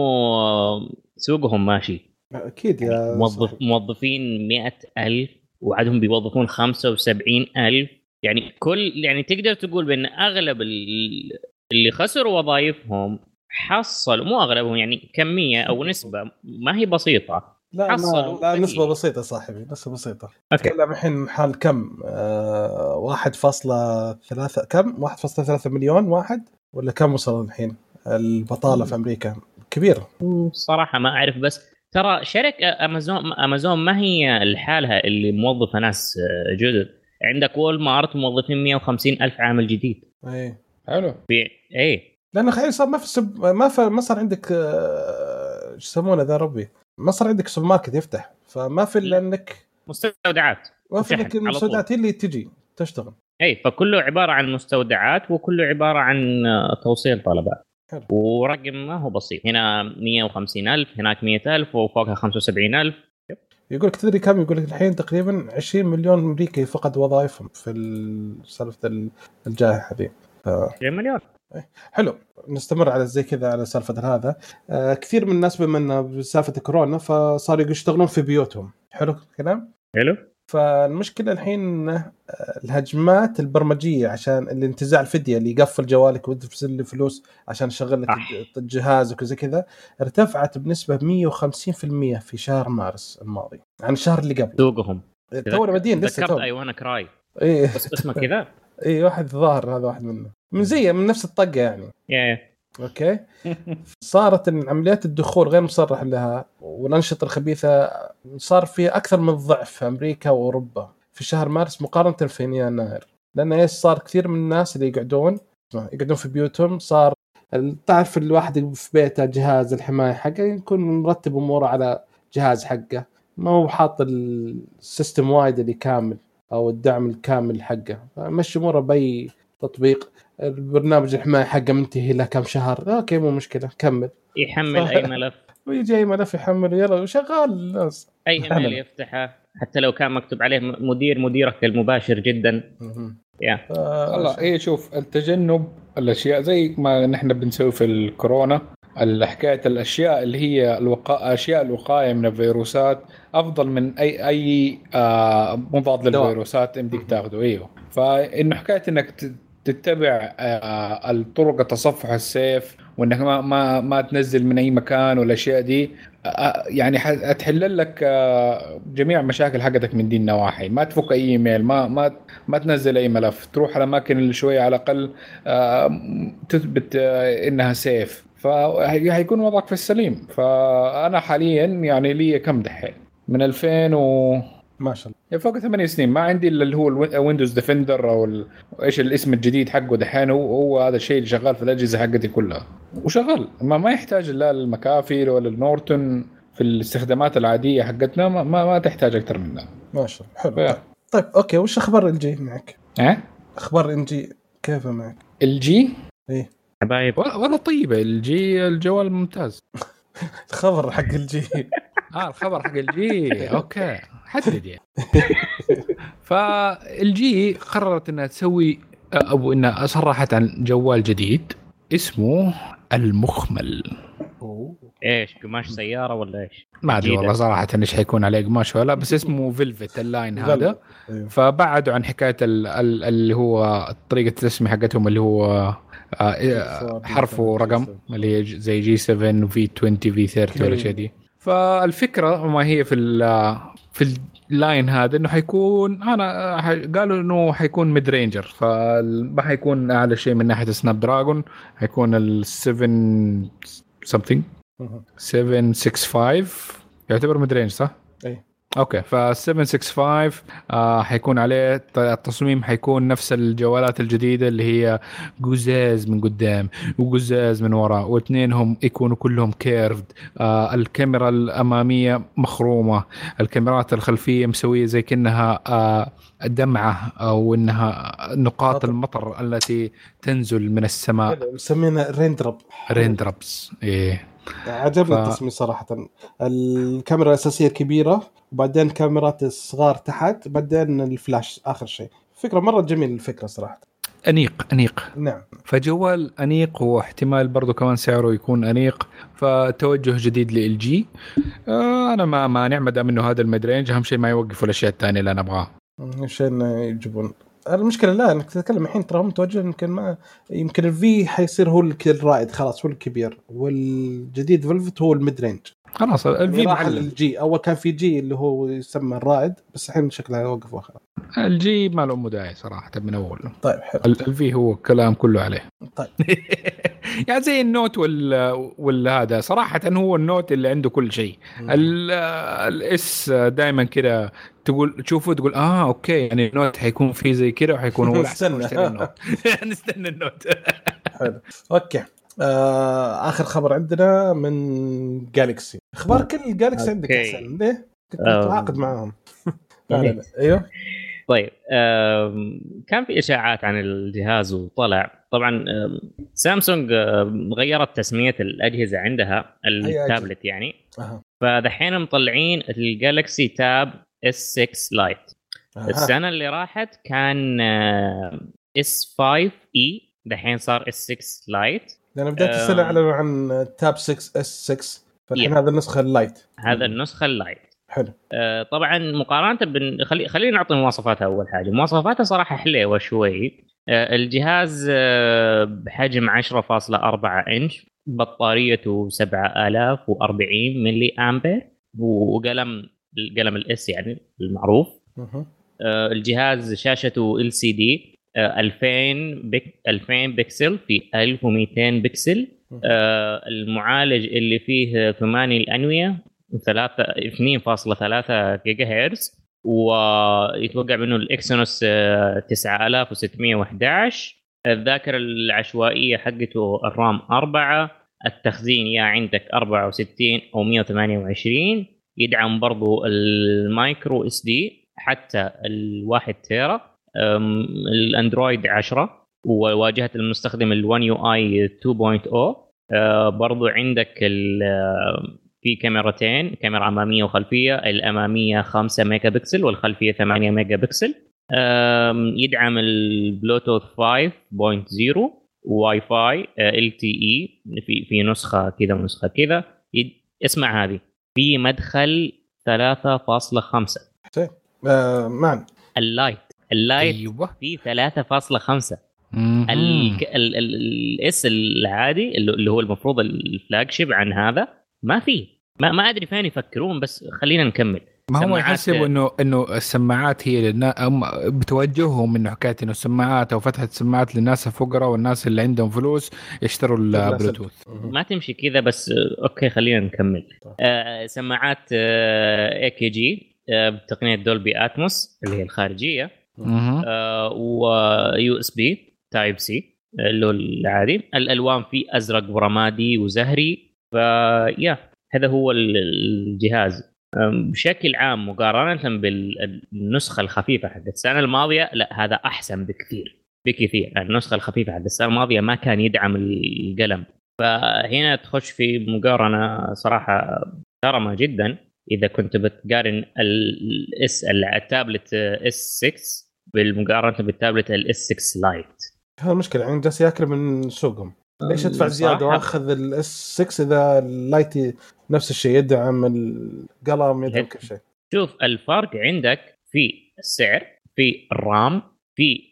سوقهم ماشي. اكيد يا موظف موظفين مئة ألف وعدهم بيوظفون خمسة وسبعين ألف، يعني كل يعني تقدر تقول بان اغلب اللي خسروا وظائفهم حصلوا، مو اغلبهم يعني كميه او نسبه ما هي بسيطه. لا ما لا نسبة بسيطة صاحبي، نسبة بسيطة. تكلم الحين حال كم آه واحد فاصلة ثلاثة كم واحد فاصلة ثلاثة مليون واحد ولا كم وصل الحين البطالة في أمريكا كبير صراحة ما أعرف. بس ترى شركة أمازون أمازون ما هي لحالها اللي موظفة ناس جدد، عندك وول مارت موظفين مئة وخمسين ألف عامل جديد. أي حلو. أي لأنه خير صار ما في سب... ما في ما صار عندك آه... يسمونه ذا ربي ما صار عندك سوبر ماركت يفتح، فما في إلا إنك مستودعات، ما في إنك المستودعات اللي تجي تشتغل. أي فكله عبارة عن مستودعات وكله عبارة عن توصيل طلبات. حلو. ورقم ما هو بسيط، هنا مئة وخمسين ألف هناك مئة ألف وفوقها خمسة وسبعين ألف. يقولك تدري كم؟ يقولك الحين تقريبا عشرين مليون أمريكي فقد وظائفهم في سالفة الجائحة هذه. عشرين مليون. حلو. نستمر على زي كذا على سالفة هذا. آه كثير من الناس بما بسالفة كورونا فصاروا يشتغلون في بيوتهم. حلو الكلام. حلو. فالمشكله الحين الهجمات البرمجيه عشان الانتزاع الفديه اللي يقفل جوالك ويدفع لي فلوس عشان يشغل لك الجهاز وكذا كذا ارتفعت بنسبه مية وخمسين بالمية في شهر مارس الماضي عن الشهر اللي قبل. سوقهم تونا بدين لسه ذكرت اي وانا كراي ايه بس اسمه كذا ايه واحد ظاهر هذا واحد منه من زي من نفس الطقه يعني yeah. اوكي. صارت عمليات الدخول غير مصرح لها والانشطه الخبيثه صار فيها اكثر من ضعف في امريكا واوروبا في شهر مارس مقارنه في يناير، لان ايش صار كثير من الناس اللي يقعدون يقعدون في بيوتهم صار تعرف الواحد في بيته جهاز الحمايه حقه يكون مرتب اموره على جهاز حقه ما هو حاط السيستم وايد اللي كامل او الدعم الكامل حقه، مشي اموره باي تطبيق البرنامج الحمايه حقه منتهي له كم شهر اوكي مو مشكله كمل يحمل اي ملف ويجي اي ملف يحمل يلا وشغال الناس اي ايميل يفتحه حتى لو كان مكتوب عليه مدير مديرك المباشر جدا. يا والله ايه شوف التجنب الاشياء زي ما نحن بنسوي في الكورونا الحكايه الاشياء اللي هي الوقاء اشياء الوقايه من الفيروسات افضل من اي اي آه مضاد للفيروسات يمديك تاخذه. ايوه فانه حكايه انك تتبع آه الطرق التصفح السيف وانك ما ما ما تنزل من اي مكان والاشياء دي آه يعني هتحل لك آه جميع مشاكل حقتك من دي النواحي. ما تفك اي ايميل ما ما ما تنزل اي ملف تروح على اماكن اللي شويه على الاقل آه تثبت آه انها سيف فهيكون وضعك في السليم. فانا حاليا يعني لي كم دحين من ألفين و ما شاء الله فوق ثمانية سنين ما عندي الا اللي هو الويندوز ديفندر او ال... ايش الاسم الجديد حقه دحين هو, هو هذا الشيء اللي شغال في الاجهزه حقتي كلها وشغال ما, ما يحتاج لا المكافي ولا النورتون في الاستخدامات العاديه حقتنا ما, ما, ما تحتاج اكثر منها. ما شاء الله حلو. ف... طيب اوكي وش اخبار الجي معك؟ اه اخبار الجي كيف معك؟ الجي ايه حبايب والله طيبه الجي الجوال ممتاز. الخبر حق الجي اه الخبر حق الجي اوكي حدد يعني. فالجي قررت انها تسوي او انها صرحت عن جوال جديد اسمه المخمل. ايش قماش سياره ولا ايش؟ ما ادري والله صراحه ايش حيكون عليه قماش ولا بس اسمه فيلفت اللاين هذا. فبعدوا عن حكايه اللي هو طريقه التسميه حقتهم اللي هو حرف ورقم اللي هي زي جي سبعة وفي عشرين في ثلاثين ولا شيء دي. فالفكره ما هي في في اللاين هذا انه حيكون انا قالوا انه حيكون ميد رينجر فما حيكون اعلى شيء من ناحيه سناب دراجون حيكون ال سبعة something سبعة ستة خمسة يعتبر ميد رينج صح؟ اي اوكي ف سبعة ستة خمسة آه حيكون عليه التصميم حيكون نفس الجوالات الجديده اللي هي قزاز من قدام وقزاز من وراء واثنينهم يكونوا كلهم كيرفد. آه الكاميرا الاماميه مخرومه الكاميرات الخلفيه مسويه زي كأنها آه دمعه او انها نقاط المطر التي تنزل من السماء مسمينها ريندرب ريندربس. ايه عجبني ف... التصميم صراحه. الكاميرا الاساسيه كبيره وبعدين كاميرات الصغار تحت بعدين الفلاش اخر شيء. فكره مره جميل الفكره صراحه انيق انيق نعم. فجوال انيق واحتمال برضو كمان سعره يكون انيق فتوجه جديد لل جي. آه انا ما ما نعمد منه هذا الميد رينج اهم شيء ما يوقفوا الاشياء الثانيه اللي انا ابغاها عشان يجيبون المشكله. لا انك تتكلم الحين ترى متوجه يمكن ما يمكن الفي حيصير هو الرائد خلاص هو الكبير والجديد فولفت هو الميد رينج خلاص. الفي معلم الجي اول كان في جي اللي هو يسمى الرائد بس الحين شكله وقفوا خلاص. الجي ما له مداعي صراحه من اول. طيب حلو. الفي هو كلام كله عليه. طيب يعني زي النوت وال والهذا صراحه هو النوت اللي عنده كل شيء. الاس دائما كده تقول تشوفه تقول اه اوكي يعني النوت حيكون فيه زي كده وحيكون هو احسن النوت. نستنى النوت. حلو اوكي. آه اخر خبر عندنا من جالكسي. اخبار كل جالكسي عندك احسن ليه كنت متعاقد معاهم. ايوه طيب كان في اشاعات عن الجهاز وطلع طبعا سامسونج غيرت تسميه الاجهزه عندها التابلت يعني أه. فدحين مطلعين الجالكسي تاب اس ستة لايت. أه. السنه اللي راحت كان اس خمسة اي دحين صار اس ستة لايت. لأن بداية أه. السنه اعلنوا عن تاب ستة اس ستة فالحين هذا النسخه اللايت. هذا النسخه اللايت حلو. آه طبعا مقارنه بن... خلي... خلينا نعطي مواصفاتها. اول حاجه مواصفاتها صراحه حلوه شوي. آه الجهاز آه بحجم عشرة فاصلة أربعة انش، بطاريته سبعة آلاف وأربعين ملي امبير، وقلم القلم الاس يعني المعروف. مه. آه الجهاز شاشته ال سي دي ألفين بك... ألفين بكسل في ألف ومئتين بكسل. آه المعالج اللي فيه ثمانية الانويه ثلاثة اثنين فاصلة ثلاثة جيجا هرتز، ويتوقع منه الاكسينوس تسعة آلاف وستمئة وأحد عشر. الذاكره العشوائيه حقته الرام أربعة. التخزين يا عندك أربعة وستين او مئة وثمانية وعشرين. يدعم برضو المايكرو اس دي حتى الواحد تيرا. الاندرويد عشرة، وواجهه المستخدم الون يو اي اثنين نقطة صفر. برضو عندك في كاميرتين، كاميرا اماميه وخلفيه. الاماميه خمسة ميجا بكسل والخلفيه ثمانية ميجا بكسل. يدعم البلوتوث خمسة نقطة صفر واي فاي ال تي اي في في نسخه كذا ونسخه كذا. اسمع هذه في مدخل ثلاثة فاصلة خمسة. آه معنا اللايت اللايت أيوة. في ثلاثة فاصلة خمسة. الاس العادي اللي هو المفروض الفلاج شيب عن هذا ما فيه. ما ما ادري فين يفكرون، بس خلينا نكمل. ما هو يحسبوا انه انه السماعات هي لنا بتوجههم انه حكايه انه السماعات او فتحه السماعات للناس الفقراء والناس اللي عندهم فلوس يشتروا البلوتوث. ما تمشي كذا، بس اوكي خلينا نكمل. آه سماعات آه اي كي جي آه بتقنيه دولبي اتموس اللي هي الخارجيه. آه ويو اس بي تايب سي اللي هو العادي. الالوان فيه ازرق ورمادي وزهري. فيا هذا هو الجهاز بشكل عام. مقارنه بالنسخه الخفيفه حق السنه الماضيه، لا هذا احسن بكثير بكثير. النسخه الخفيفه حق السنه الماضيه ما كان يدعم القلم، فهنا تخش في مقارنه صراحه محترمه جدا. اذا كنت بتقارن الاس التابلت اس ستة بالمقارنه بالتابلت الاس ستة لايت، هذا المشكله يعني جالس ياكل من سوقهم. ليش ادفع زياده واخذ الاس ستة اذا اللايت نفس الشيء يدعم القلم يدعم كل شيء؟ شوف الفرق عندك في السعر، في الرام، في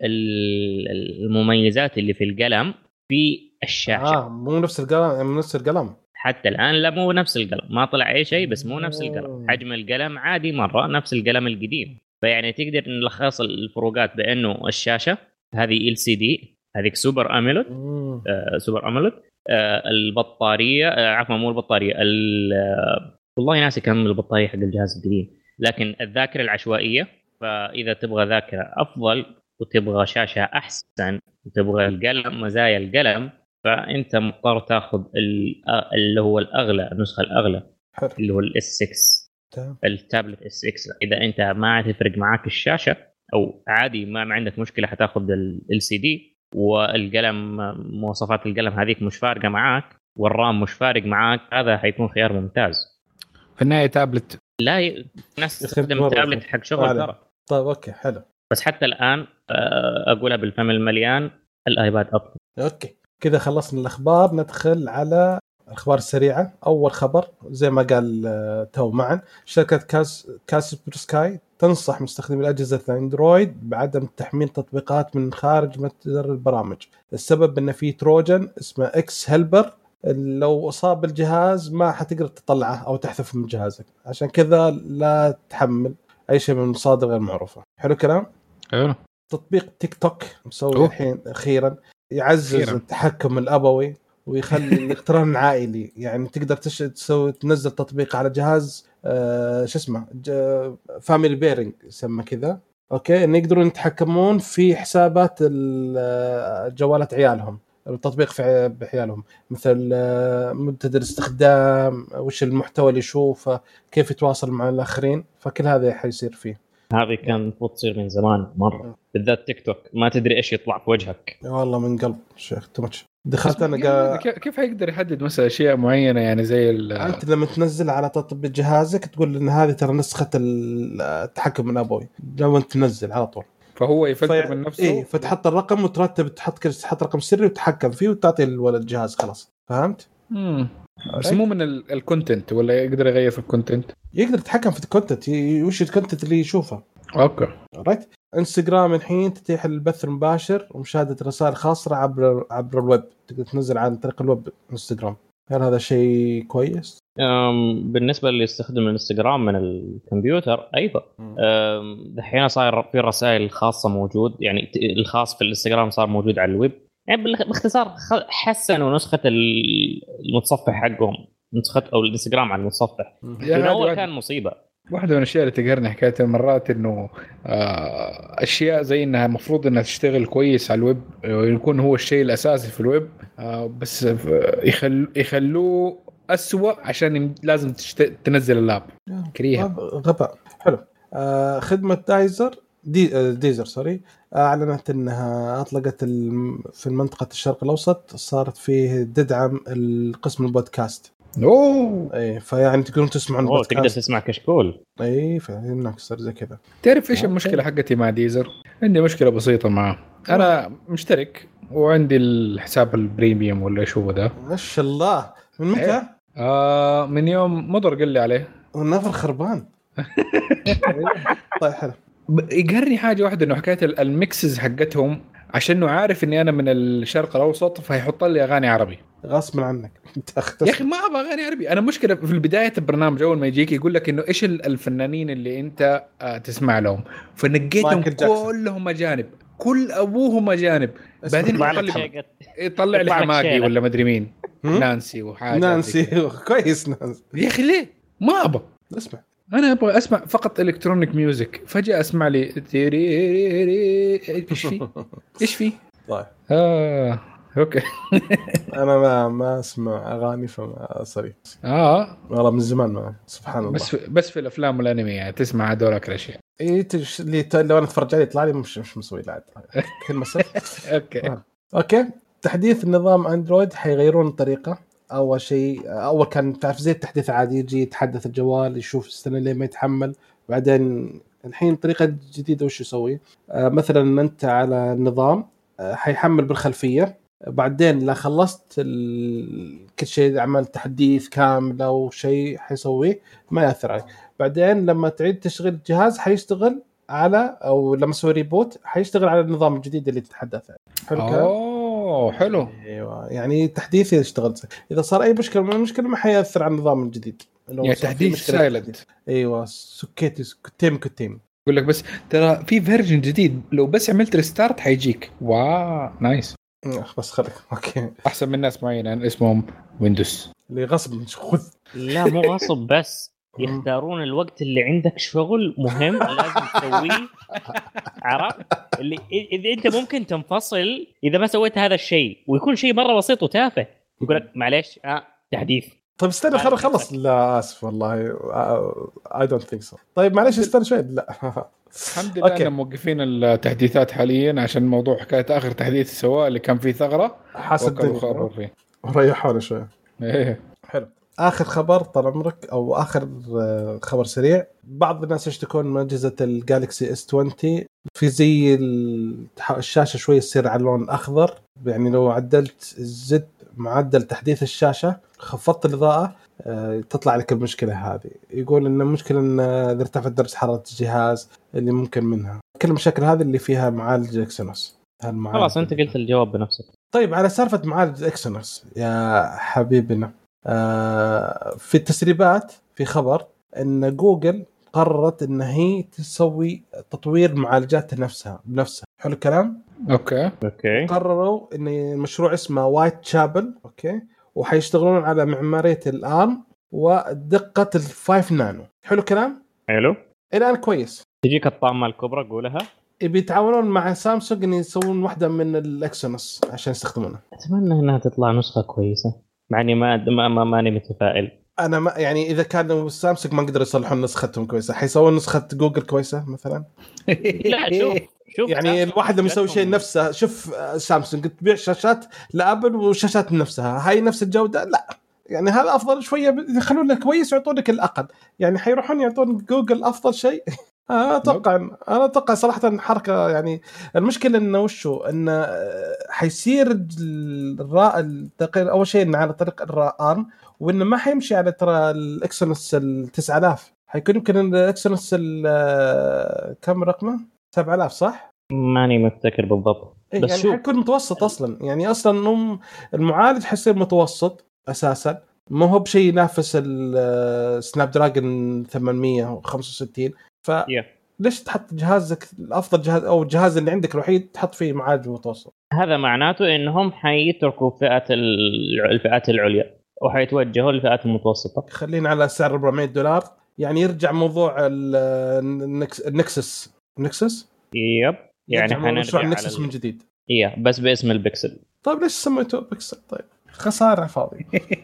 المميزات اللي في القلم، في الشاشه. اه مو نفس القلم، مو نفس القلم حتى الان لا مو نفس القلم، ما طلع اي شيء، بس مو نفس القلم. حجم القلم عادي مره نفس القلم القديم. فيعني تقدر نلخص الفروقات بانه الشاشه هذه ال سي دي، هذيك سوبر اموليد آه سوبر اموليد. آه البطاريه آه عفوا مو البطاريه آه والله ناسي كم البطاريه حق الجهاز القديم. لكن الذاكره العشوائيه، فاذا تبغى ذاكره افضل وتبغى شاشه احسن وتبغى القلم مزايا القلم، فانت مضطر تاخذ اللي هو الاغلى، النسخه الاغلى حلو. اللي هو الاس ستة تمام. التابلت اس ستة. اذا انت ما تفرق معاك الشاشه او عادي ما, ما عندك مشكله حتاخذ ال سي دي، والقلم مواصفات القلم هذيك مش فارقه معاك، والرام مش فارق معاك، هذا حيكون خيار ممتاز. في النهايه تابلت لا ي... ناس تستخدم التابلت حق شغل ترى. طيب اوكي حلو. بس حتى الان اقولها بالفم المليان، الايباد افضل. اوكي كذا خلصنا الاخبار، ندخل على الاخبار السريعه. اول خبر زي ما قال تو معا، شركه كاس كاسبرسكاي تنصح مستخدمي الاجهزه الاندرويد بعدم تحميل تطبيقات من خارج متجر البرامج. السبب ان في تروجن اسمه اكس هيلبر، لو اصاب الجهاز ما حتقدر تطلعه او تحذفه من جهازك، عشان كذا لا تحمل اي شيء من مصادر غير معروفه. حلو كلام. حلو. تطبيق تيك توك مسوي الحين اخيرا يعزز خيراً التحكم الابوي ويخلي الاقتران العائلي. يعني تقدر تش... تسوي تنزل تطبيق على جهاز آه... شو اسمه ج... فاميلي بيرنج يسمى كذا، اوكي، ان يقدرون يتحكمون في حسابات الجوالات عيالهم، التطبيق في بعيالهم، مثل مدة الاستخدام، وش المحتوى اللي يشوفه، كيف يتواصل مع الآخرين. فكل هذا حيصير فيه. هذه كان المفروض تصير من زمان مرة، بالذات تيك توك ما تدري إيش يطلع في وجهك. والله من قلب شيخ تمشي دخلت أنا قا... كيف حيقدر يحدد مثلا أشياء معينة يعني زي ال... أنت لما تنزل على تطبيق جهازك تقول إن هذه ترى نسخة التحكم الأبوي، لو أنت تنزل على طول فهو يفكر في... من نفسه. إيه فتحط الرقم وترتب، تحط تحط رقم سري وتتحكم فيه وتعطي الولد الجهاز خلاص. فهمت؟ امم بس مو من الكونتنت ولا يقدر يغير في الكونتنت؟ يقدر يتحكم في الكونتنت، وش الكونتنت اللي يشوفه. اوكي رايت. انستغرام الحين تتيح البث المباشر ومشاهده رسائل خاصه عبر عبر الويب، تقدر تنزل عن طريق الويب انستغرام. هل هذا شيء كويس؟ بالنسبه اللي يستخدم الانستغرام من الكمبيوتر ايضا دحين صاير في رسائل خاصه موجود، يعني الخاص في الانستغرام صار موجود على الويب. يعني باختصار حسنوا نسخه المتصفح حقهم، نسخه او الانستغرام على المتصفح. يعني اول كان مصيبه. واحده من الاشياء اللي تقهرني حكايه المرات انه اشياء زي انها المفروض انها تشتغل كويس على الويب ويكون هو الشيء الاساسي في الويب، بس يخل يخلوه أسوأ عشان لازم تشت... تنزل اللاب. كريهة غباء. حلو. آه خدمة دايزر دي آه ديزر سوري أعلنت أنها أطلقت الم... في منطقة الشرق الأوسط، صارت فيه تدعم القسم البودكاست. اوه اي فيعني تقدرون تسمعون بودكاست، تقدر تسمع كشكول. اي فهمناك صار زي كذا. تعرف ايش المشكله حقتي مع ديزر؟ عندي مشكله بسيطه معه. انا مشترك وعندي الحساب البريميوم ولا ايش هو ده، ما شاء الله. من متى؟ آه من يوم مضر قال لي عليه. والنفر خربان. طيب حلو. يقهرني حاجه واحده انه حكايه الميكسز حقتهم، عشانه عارف اني انا من الشرق الاوسط فيحط لي اغاني عربي غصبا عنك. يا اخي ما ابغى اغاني عربي. انا مشكله في البدايه البرنامج اول ما يجيك يقول لك انه ايش الفنانين اللي انت تسمع لهم، فنقيتهم كلهم اجانب، كل ابوهم اجانب. بعدين يطلع يطلع لي حماقي ولا مدري مين، نانسي وحاجه نانسي كويس نانسي. يا اخي ليه ما ابغى اسمع؟ انا ابغى اسمع فقط الكترونيك ميوزك. فجاه اسمع لي تيري ايش في ايش في طيب اه اوكي. انا ما ما اسمع اغاني فما صريح اه والله من زمان ما سبحان الله. بس في بس في الافلام والانمي يعني تسمع هذول الاشياء. اي تش... اللي ت... لو انا اتفرج عليه يطلع لي مش مش مسوي لا كلمه صح. اوكي آه. اوكي. تحديث النظام اندرويد حيغيرون الطريقه. اول شيء اول كان تعرف زي التحديث العادي يجي يتحدث الجوال يشوف السنه ليه ما يتحمل، بعدين الحين طريقه جديده وش يسوي. آه مثلا انت على النظام آه حيحمل بالخلفيه، بعدين لا خلصت ال... كل شيء عمل تحديث كامل او شيء حيسويه ما ياثر عليك. بعدين لما تعيد تشغيل الجهاز حيشتغل على او لما تسوي ريبوت حيشتغل على النظام الجديد اللي تتحدث عنه. حلو كلام. اوه حلو. ايوه يعني تحديث يشتغل. اذا صار اي مشكله من المشكله ما حياثر على النظام الجديد. يعني تحديث سايلنت. ايوه سكيتي كتيم كتيم. يقول لك بس ترى في فيرجن جديد لو بس عملت ريستارت حيجيك. واو نايس. بس خليك اوكي احسن من ناس معينين اسمهم ويندوز اللي غصب خذ. لا مو غصب بس يختارون الوقت اللي عندك شغل مهم لازم تسويه. عرفت اللي اذا انت ممكن تنفصل اذا ما سويت هذا الشيء ويكون شيء مره بسيط وتافه يقول لك معليش اه تحديث. طيب استنى خلص خلص. لا اسف والله اي دونت ثينك سو. طيب معليش استنى شوي. لا الحمد لله أنا موقفين التحديثات حاليا عشان موضوع حكايه اخر تحديث سواء اللي كان فيه ثغره حاسب فيه وريحونا شوي. ايه حلو. اخر خبر طال عمرك او اخر خبر سريع. بعض الناس يشتكون من اجهزه الجالكسي اس عشرين في زي الشاشه شوي يصير على اللون الاخضر، يعني لو عدلت زد معدل تحديث الشاشه خفضت الاضاءه تطلع لك المشكله هذه. يقول ان المشكله ان اذا ارتفعت درجه حراره الجهاز اللي ممكن منها كل المشاكل هذه اللي فيها معالج اكسينوس. خلاص انت قلت الجواب بنفسك. طيب على سالفه معالج اكسينوس يا حبيبنا، آه في التسريبات في خبر ان جوجل قررت ان هي تسوي تطوير معالجات نفسها بنفسها. حلو الكلام. اوكي اوكي. قرروا ان مشروع اسمه وايت شابل اوكي وحيشتغلون على معماريه الارم ودقه الفايف نانو. حلو الكلام. حلو الان كويس. تجيك الطامه الكبرى قولها. بيتعاونون مع سامسونج ان يسوون واحده من الاكسينوس عشان يستخدمونها. اتمنى انها تطلع نسخه كويسه معني ما ما ما ماني متفائل. انا ما يعني اذا كانوا سامسونج ما قدروا يصلحون نسختهم كويسه حيسوون نسخه جوجل كويسه مثلا. لا شوف شوف يعني الواحد لما يسوي شيء نفسه شوف سامسونج تبيع شاشات لابل وشاشات نفسها هاي نفس الجوده. لا يعني هذا افضل شويه يخلون لك كويس ويعطونك الاقل. يعني حيروحون يعطون جوجل افضل شيء انا اتوقع انا اتوقع صراحه حركه يعني. المشكله انه وشو انه حيصير الراء التقرير اول شيء انه على طريق الران، وانه ما حيمشي على ترى الاكسونس ال تسعة آلاف، حيكون يمكن الاكسونس كم رقمه سبعة آلاف صح؟ ماني متذكر بالضبط إيه بس يعني شوف حيكون متوسط اصلا، يعني اصلا المعالج حيصير متوسط اساسا، ما هو بشيء ينافس السناب دراجون ثمانمية وخمسة وستين. ف yeah. ليش تحط جهازك الافضل جهاز او الجهاز اللي عندك الوحيد تحط فيه معالج متوسط؟ هذا معناته انهم حيتركوا فئه الفئات العليا وحيتوجهوا للفئات المتوسطه. خلينا على سعر أربعمية دولار، يعني يرجع موضوع النكسس النكسس يب يعني حنرجع على النكسس من جديد. ايه بس باسم البكسل. طيب ليش سميته بكسل؟ طيب خساره فاضي.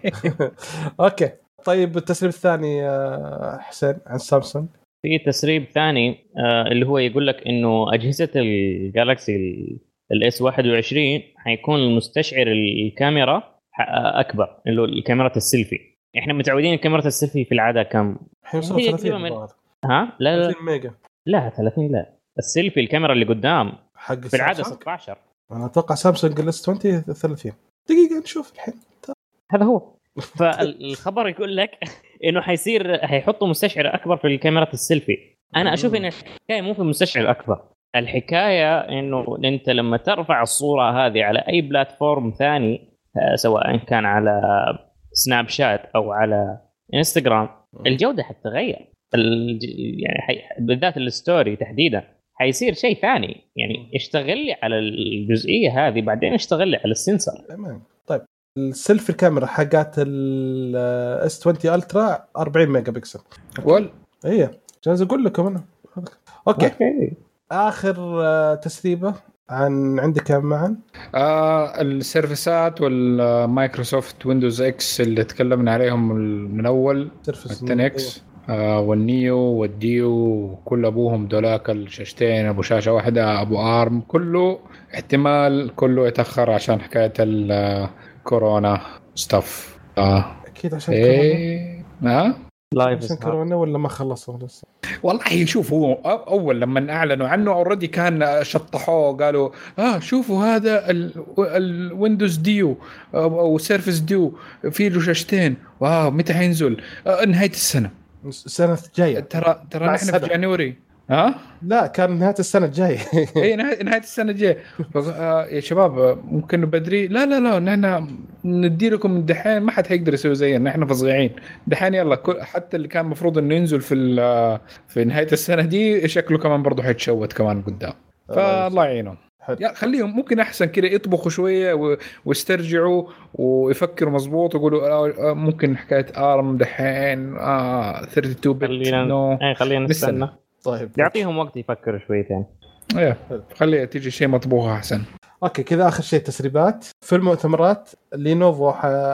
اوكي طيب التسريب الثاني حسين عن سامسونج. في تسريب ثاني آه اللي هو يقول لك انه اجهزه الجالكسي الاس واحد وعشرين حيكون المستشعر الكاميرا اكبر، اللي هو الكاميرا السيلفي. احنا متعودين الكاميرا السيلفي في العاده كم حيوصل ثلاثين من... ها لا لا ثلاثين ميجا. لا ثلاثين لا، السيلفي الكاميرا اللي قدام حق في العاده ستة عشر. انا اتوقع سامسونج الاس عشرين ثلاثين. دقيقه نشوف الحين. هذا هو. فالخبر يقول لك انه حيصير حيحطوا مستشعر اكبر في الكاميرا السيلفي. انا اشوف ان الحكايه مو في المستشعر الاكبر، الحكايه انه انت لما ترفع الصوره هذه على اي بلاتفورم ثاني سواء كان على سناب شات او على انستغرام الجوده حتتغير. يعني حي... بالذات الستوري تحديدا حيصير شيء ثاني. يعني اشتغل لي على الجزئيه هذه بعدين اشتغل لي على السنسر. تمام. طيب السيلفي الكاميرا حقات الاس عشرين الترا أربعين ميجا بكسل. وال ايه جاهز اقول لكم انا. اوكي, أوكي. اخر تسريبه عن عندك معا آه السيرفيسات والمايكروسوفت ويندوز اكس اللي تكلمنا عليهم من اول، التن اكس آه والنيو والديو كل ابوهم دولاك الشاشتين ابو شاشه واحده ابو ارم، كله احتمال كله يتاخر عشان حكايه الكورونا ستاف. اه اكيد عشان إيه. كورونا. اه لايف عشان كورونا ولا ما خلصوا لسه؟ والله شوف هو اول لما اعلنوا عنه اوريدي كان شطحوه قالوا اه شوفوا هذا الويندوز ديو او سيرفس ديو في له شاشتين، واو متى حينزل؟ آه نهايه السنه السنه الجايه. ترى ترى نحن في جانوري. ها أه؟ لا كان نهايه السنه الجايه. اي نهايه نهايه السنه الجايه. يا شباب ممكن بدري. لا لا لا نحن ندي لكم من دحين، ما حد حيقدر يسوي زينا، نحن فظيعين دحين. يلا حتى اللي كان مفروض انه ينزل في في نهايه السنه دي شكله كمان برضه حيتشوت كمان قدام. فالله يعينهم. يا خليهم ممكن احسن كده يطبخوا شويه ويسترجعوا ويفكروا مظبوط ويقولوا ممكن حكايه ارم دحين اه ثلاثة وثلاثين بت. خلينا نو اي خلينا نستنى. طيب يعطيهم وقت يفكروا شويتين. ايه خليها تيجي شيء مطبوخ احسن. اوكي كذا اخر شيء تسريبات في المؤتمرات. لينوفو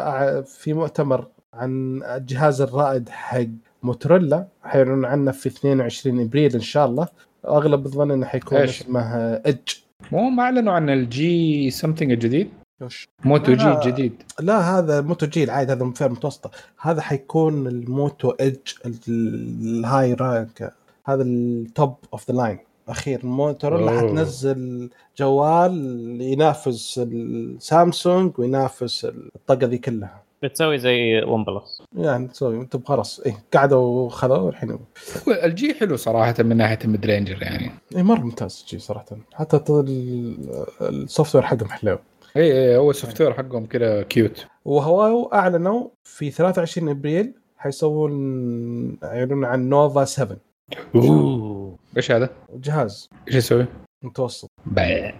في مؤتمر عن الجهاز الرائد حق موتوريلا حيعلنون عنه في اثنين وعشرين ابريل ان شاء الله. اغلب الظن انه حيكون اسمه ايدج. مو ما اعلنوا عن الجي سمثينج الجديد؟ وش موتو جي الجديد؟ لا هذا موتو جي العادي، هذا فئة متوسطة. هذا حيكون الموتو ايدج الهاي رانك، هذا التوب اوف ذا لاين اخير. موتوريلا حتنزل جوال ينافس السامسونج وينافس الطاقه ذي كلها. بتسوي زي ون بلس يعني، تسوي انت خلاص ايه قعدوا وخذوا الحين. الجي حلو صراحه من ناحيه الميد رينجر يعني، اي مره ممتاز الجي صراحه. حتى السوفت وير حقهم حلو. اي اي هو السوفت وير حقهم كده كيوت. وهواوي اعلنوا في ثلاثة وعشرين ابريل حيسوون يعلنون عن نوفا سبعة. اوه ايش هذا جهاز ايش يسوي؟ متوسط. بقى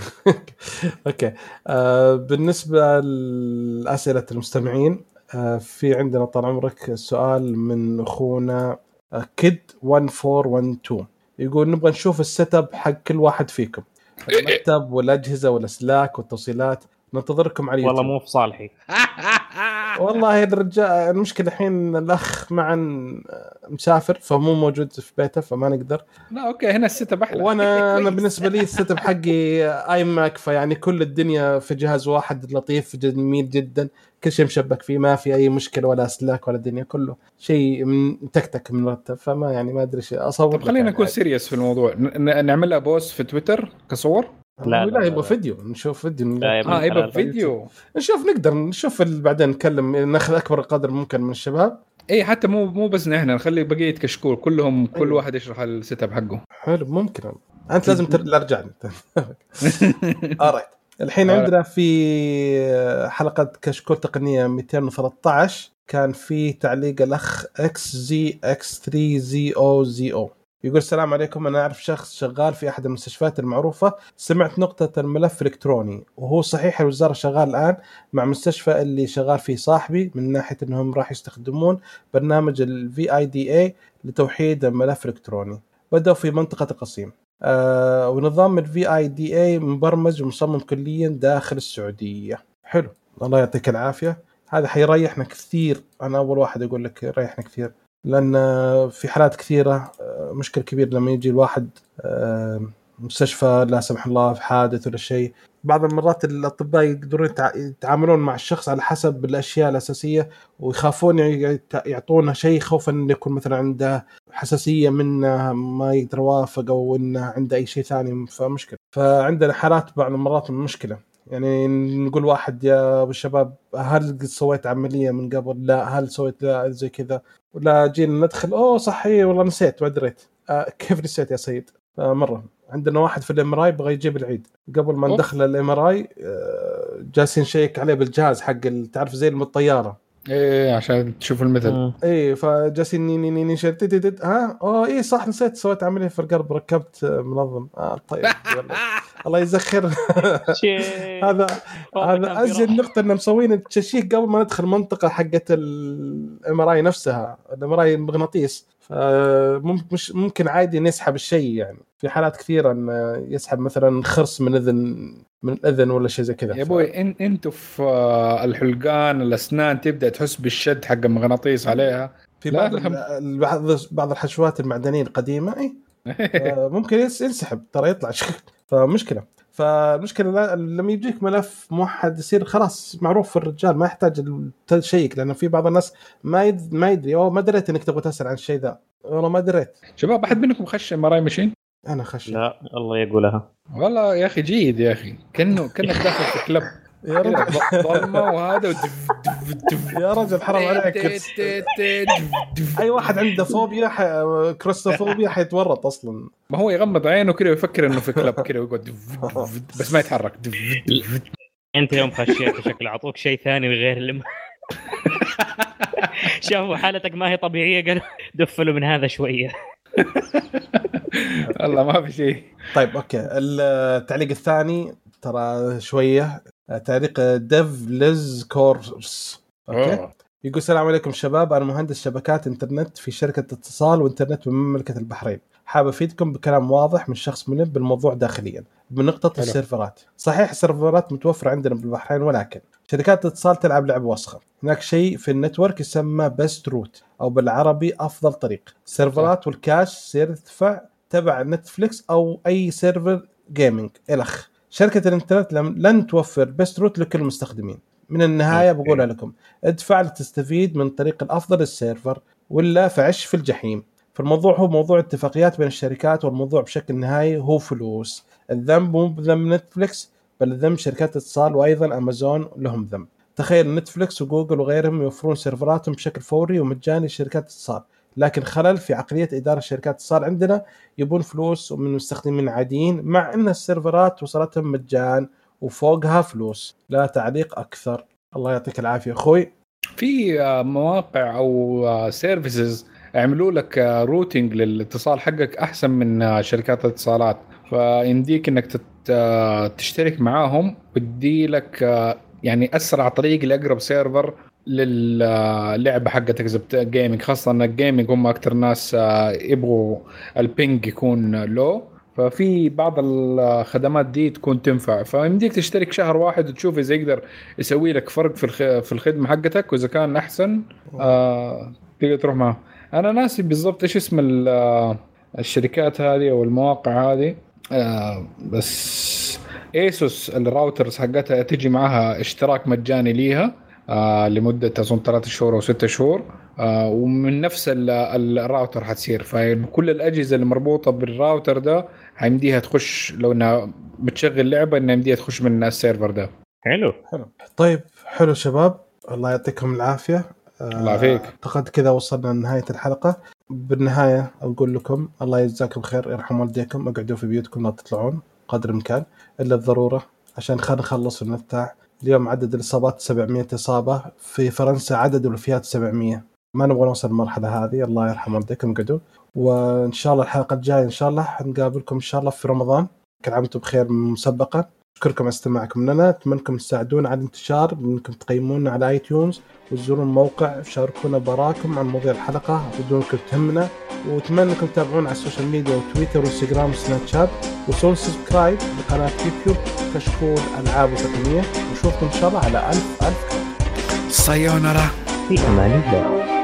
اوكي آه بالنسبه لاسئله المستمعين آه في عندنا طال عمرك سؤال من اخونا آه كيد واحد أربعة واحد اثنين يقول نبغى نشوف السيت اب حق كل واحد فيكم، المكتب والاجهزه والاسلاك والتوصيلات. ننتظركم على والله مو في صالحي. والله الرجال المشكله الحين الاخ معا مسافر فمو موجود في بيته فما نقدر. لا اوكي هنا السيت اب احلى. وانا انا بالنسبه لي السيت اب حقي اي ماك فيعني كل الدنيا في جهاز واحد لطيف جميل جدا كل شيء مشبك فيه ما في اي مشكله ولا اسلاك ولا الدنيا كله شيء من تكتك من مرتب فما يعني ما ادري شيء اصور. طب خلينا يعني نكون سيريس في الموضوع نعملها بوست في تويتر كصور. لا لا يبغى فيديو نشوف فيديو اه يبغى فيديو نشوف نقدر نشوف بعدين نتكلم ناخذ اكبر قدر ممكن من الشباب. اي حتى مو مو بس احنا نخلي بقيه كشكول كلهم كل أيوه. واحد يشرح السيت اب حقه. حلو ممكن انت لازم ترجع انت. alright الحين عندنا في حلقه كشكول تقنيه مئتين وثلاثة عشر كان في تعليق الاخ اكس زي اكس ثري زي او زي او يقول السلام عليكم انا اعرف شخص شغال في احد المستشفيات المعروفه سمعت نقطه الملف الالكتروني وهو صحيح الوزاره شغال الان مع مستشفى اللي شغال فيه صاحبي من ناحيه انهم راح يستخدمون برنامج الفي اي دي اي لتوحيد الملف الالكتروني بدأوا في منطقه القصيم آه ونظام الفي اي دي اي مبرمج ومصمم كليا داخل السعوديه. حلو الله يعطيك العافيه هذا حيريحنا كثير. انا اول واحد اقول لك يريحنا كثير لأن في حالات كثيرة مشكلة كبيرة لما يجي الواحد مستشفى لا سمح الله في حادث ولا شيء بعض المرات الأطباء يقدرون يتعاملون مع الشخص على حسب الأشياء الأساسية ويخافون يعطونه شيء خوفا أن يكون مثلا عنده حساسية منه ما يقدر يوافق أو أنه عنده أي شيء ثاني فمشكلة. فعندنا حالات بعض المرات من مشكلة يعني نقول واحد يا أبو الشباب هل سويت عملية من قبل لا هل سويت لا زي كذا ولا جينا ندخل أوه صحيح والله نسيت ما دريت آه كيف نسيت يا سيد. آه مرة عندنا واحد في الام ار اي بغى يجيب العيد قبل ما ندخل الام ار اي آه جالسين نشيك عليه بالجهاز حق تعرف زي الطيارة ايه عشان تشوف المثل ايه فجالسين ني ني ني شتت ها اه ايه صح نسيت سويت عمليه في القلب ركبت منظم اه طيب الله يزخر. هذا هذا ازين نقطه ان مسوين التشيك قبل ما ندخل منطقه حقه الام ار اي نفسها الام ار اي مغناطيس مش ممكن عادي نسحب الشيء يعني في حالات كثيره ان يسحب مثلا خرس من اذن من الاذن ولا شيء زي كذا. يا ابوي ف... إن انتوا في الحلقان الاسنان تبدا تحس بالشد حق المغناطيس عليها في بعض بعض بعض الحشوات المعدنيه القديمه اي ممكن ينسحب ترى يطلع فمشكله. فالمشكله لما يجيك ملف موحد يصير خلاص معروف في الرجال ما يحتاج تشيك لانه في بعض الناس ما يد... ما يدري او ما دريت انك تبغى تسال عن الشيء ذا والله ما دريت. شباب احد منكم خش مراي ماشين؟ انا خش لا الله يقولها والله يا اخي جيد يا اخي كانه كانك داخل في كلب يا رجل ضلمه وهذا يا رجل حرام عليك اي واحد عنده فوبيا ح... كروستوفوبيا حيتورط اصلا. ما هو يغمض عينه كده ويفكر انه في كلب كده ويقعد بس ما يتحرك. انت يوم خشيت شكل اعطوك شيء ثاني غير اللي شافوا حالتك ما هي طبيعيه قالوا دفلوا من هذا شويه. والله ما في شيء. طيب اوكي التعليق الثاني ترى شويه تعليق ديف ليز كورس اوكي يقول السلام عليكم شباب انا مهندس شبكات انترنت في شركه اتصال وانترنت بمملكه البحرين حابب افيدكم بكلام واضح من شخص ملم بالموضوع داخليا بنقطه السيرفرات. صحيح السيرفرات متوفره عندنا بالبحرين ولكن شركات الاتصال تلعب لعب وسخه. هناك شيء في النتورك يسمى بيست روت او بالعربي افضل طريق. السيرفرات والكاش سير تدفع تبع نتفليكس او اي سيرفر جيمنج الخ. شركه الانترنت لن توفر بيست روت لكل المستخدمين. من النهايه بقولها لكم ادفع لتستفيد من طريق الافضل السيرفر ولا فعش في الجحيم. فالموضوع هو موضوع اتفاقيات بين الشركات والموضوع بشكل نهائي هو فلوس. الذنب مو بذنب نتفليكس بل الذنب شركات اتصال وايضا امازون لهم ذنب. تخيل نتفليكس وجوجل وغيرهم يوفرون سيرفراتهم بشكل فوري ومجاني لشركات اتصال لكن خلل في عقلية إدارة شركات الاتصال عندنا يبون فلوس ومن مستخدمين عاديين مع أن السيرفرات وصلتهم مجان وفوقها فلوس. لا تعليق أكثر. الله يعطيك العافية أخوي. في مواقع أو سيرفيسز يعملوا لك روتينج للاتصال حقك أحسن من شركات الاتصالات فيمديك أنك تشترك معاهم وتدي لك يعني أسرع طريق لأقرب سيرفر للعبة حقتك إذا جيمينج خاصة أن الجيمينج هم أكتر ناس يبغوا البينج يكون لو ففي بعض الخدمات دي تكون تنفع، فيمديك تشترك شهر واحد وتشوف اذا يقدر يسوي لك فرق في في الخدمه حقتك، واذا كان احسن آه تقدر تروح معه. انا ناسي بالضبط ايش اسم الشركات هذه او المواقع هذه، آه بس ايسوس الراوترز حقتها تجي معها اشتراك مجاني ليها آه لمده اظن ثلاثة شهور او ستة شهور، آه ومن نفس الراوتر حتصير، فكل الاجهزه اللي مربوطه بالراوتر ده هيمديها تخش، لو انها بتشغل لعبه انها يمديها تخش من السيرفر ده. حلو حلو. طيب حلو شباب، الله يعطيكم العافيه. الله يعافيك. اعتقد كذا وصلنا لنهايه الحلقه. بالنهايه اقول لكم الله يجزاكم خير، يرحم والديكم، اقعدوا في بيوتكم لا تطلعون قدر الامكان الا الضروره، عشان خلينا نخلص ونفتح. اليوم عدد الاصابات سبعمية اصابه، في فرنسا عدد الوفيات سبعمية. ما نبغى نوصل المرحله هذه، الله يرحم والديكم اقعدوا. وان شاء الله الحلقه الجايه ان شاء الله نقابلكم ان شاء الله في رمضان. كل عام وانتم بخير مسبقا. أشكركم على استماعكم لنا، أتمنىكم تساعدونا على الانتشار بأنكم تقيمونا على آي تيونز وتزورون الموقع، شاركونا براكم عن مواضيع الحلقة بدونكم تهمنا، وأتمنى أنكم تتابعونا على السوشيال ميديا وتويتر وإنستغرام وسناب شات، وسووا سبسكرايب لقناة يوتيوب كشكول ألعاب وتقنية، ونشوفكم إن شاء الله على ألف ألف خير. سايونارا في أمان الله.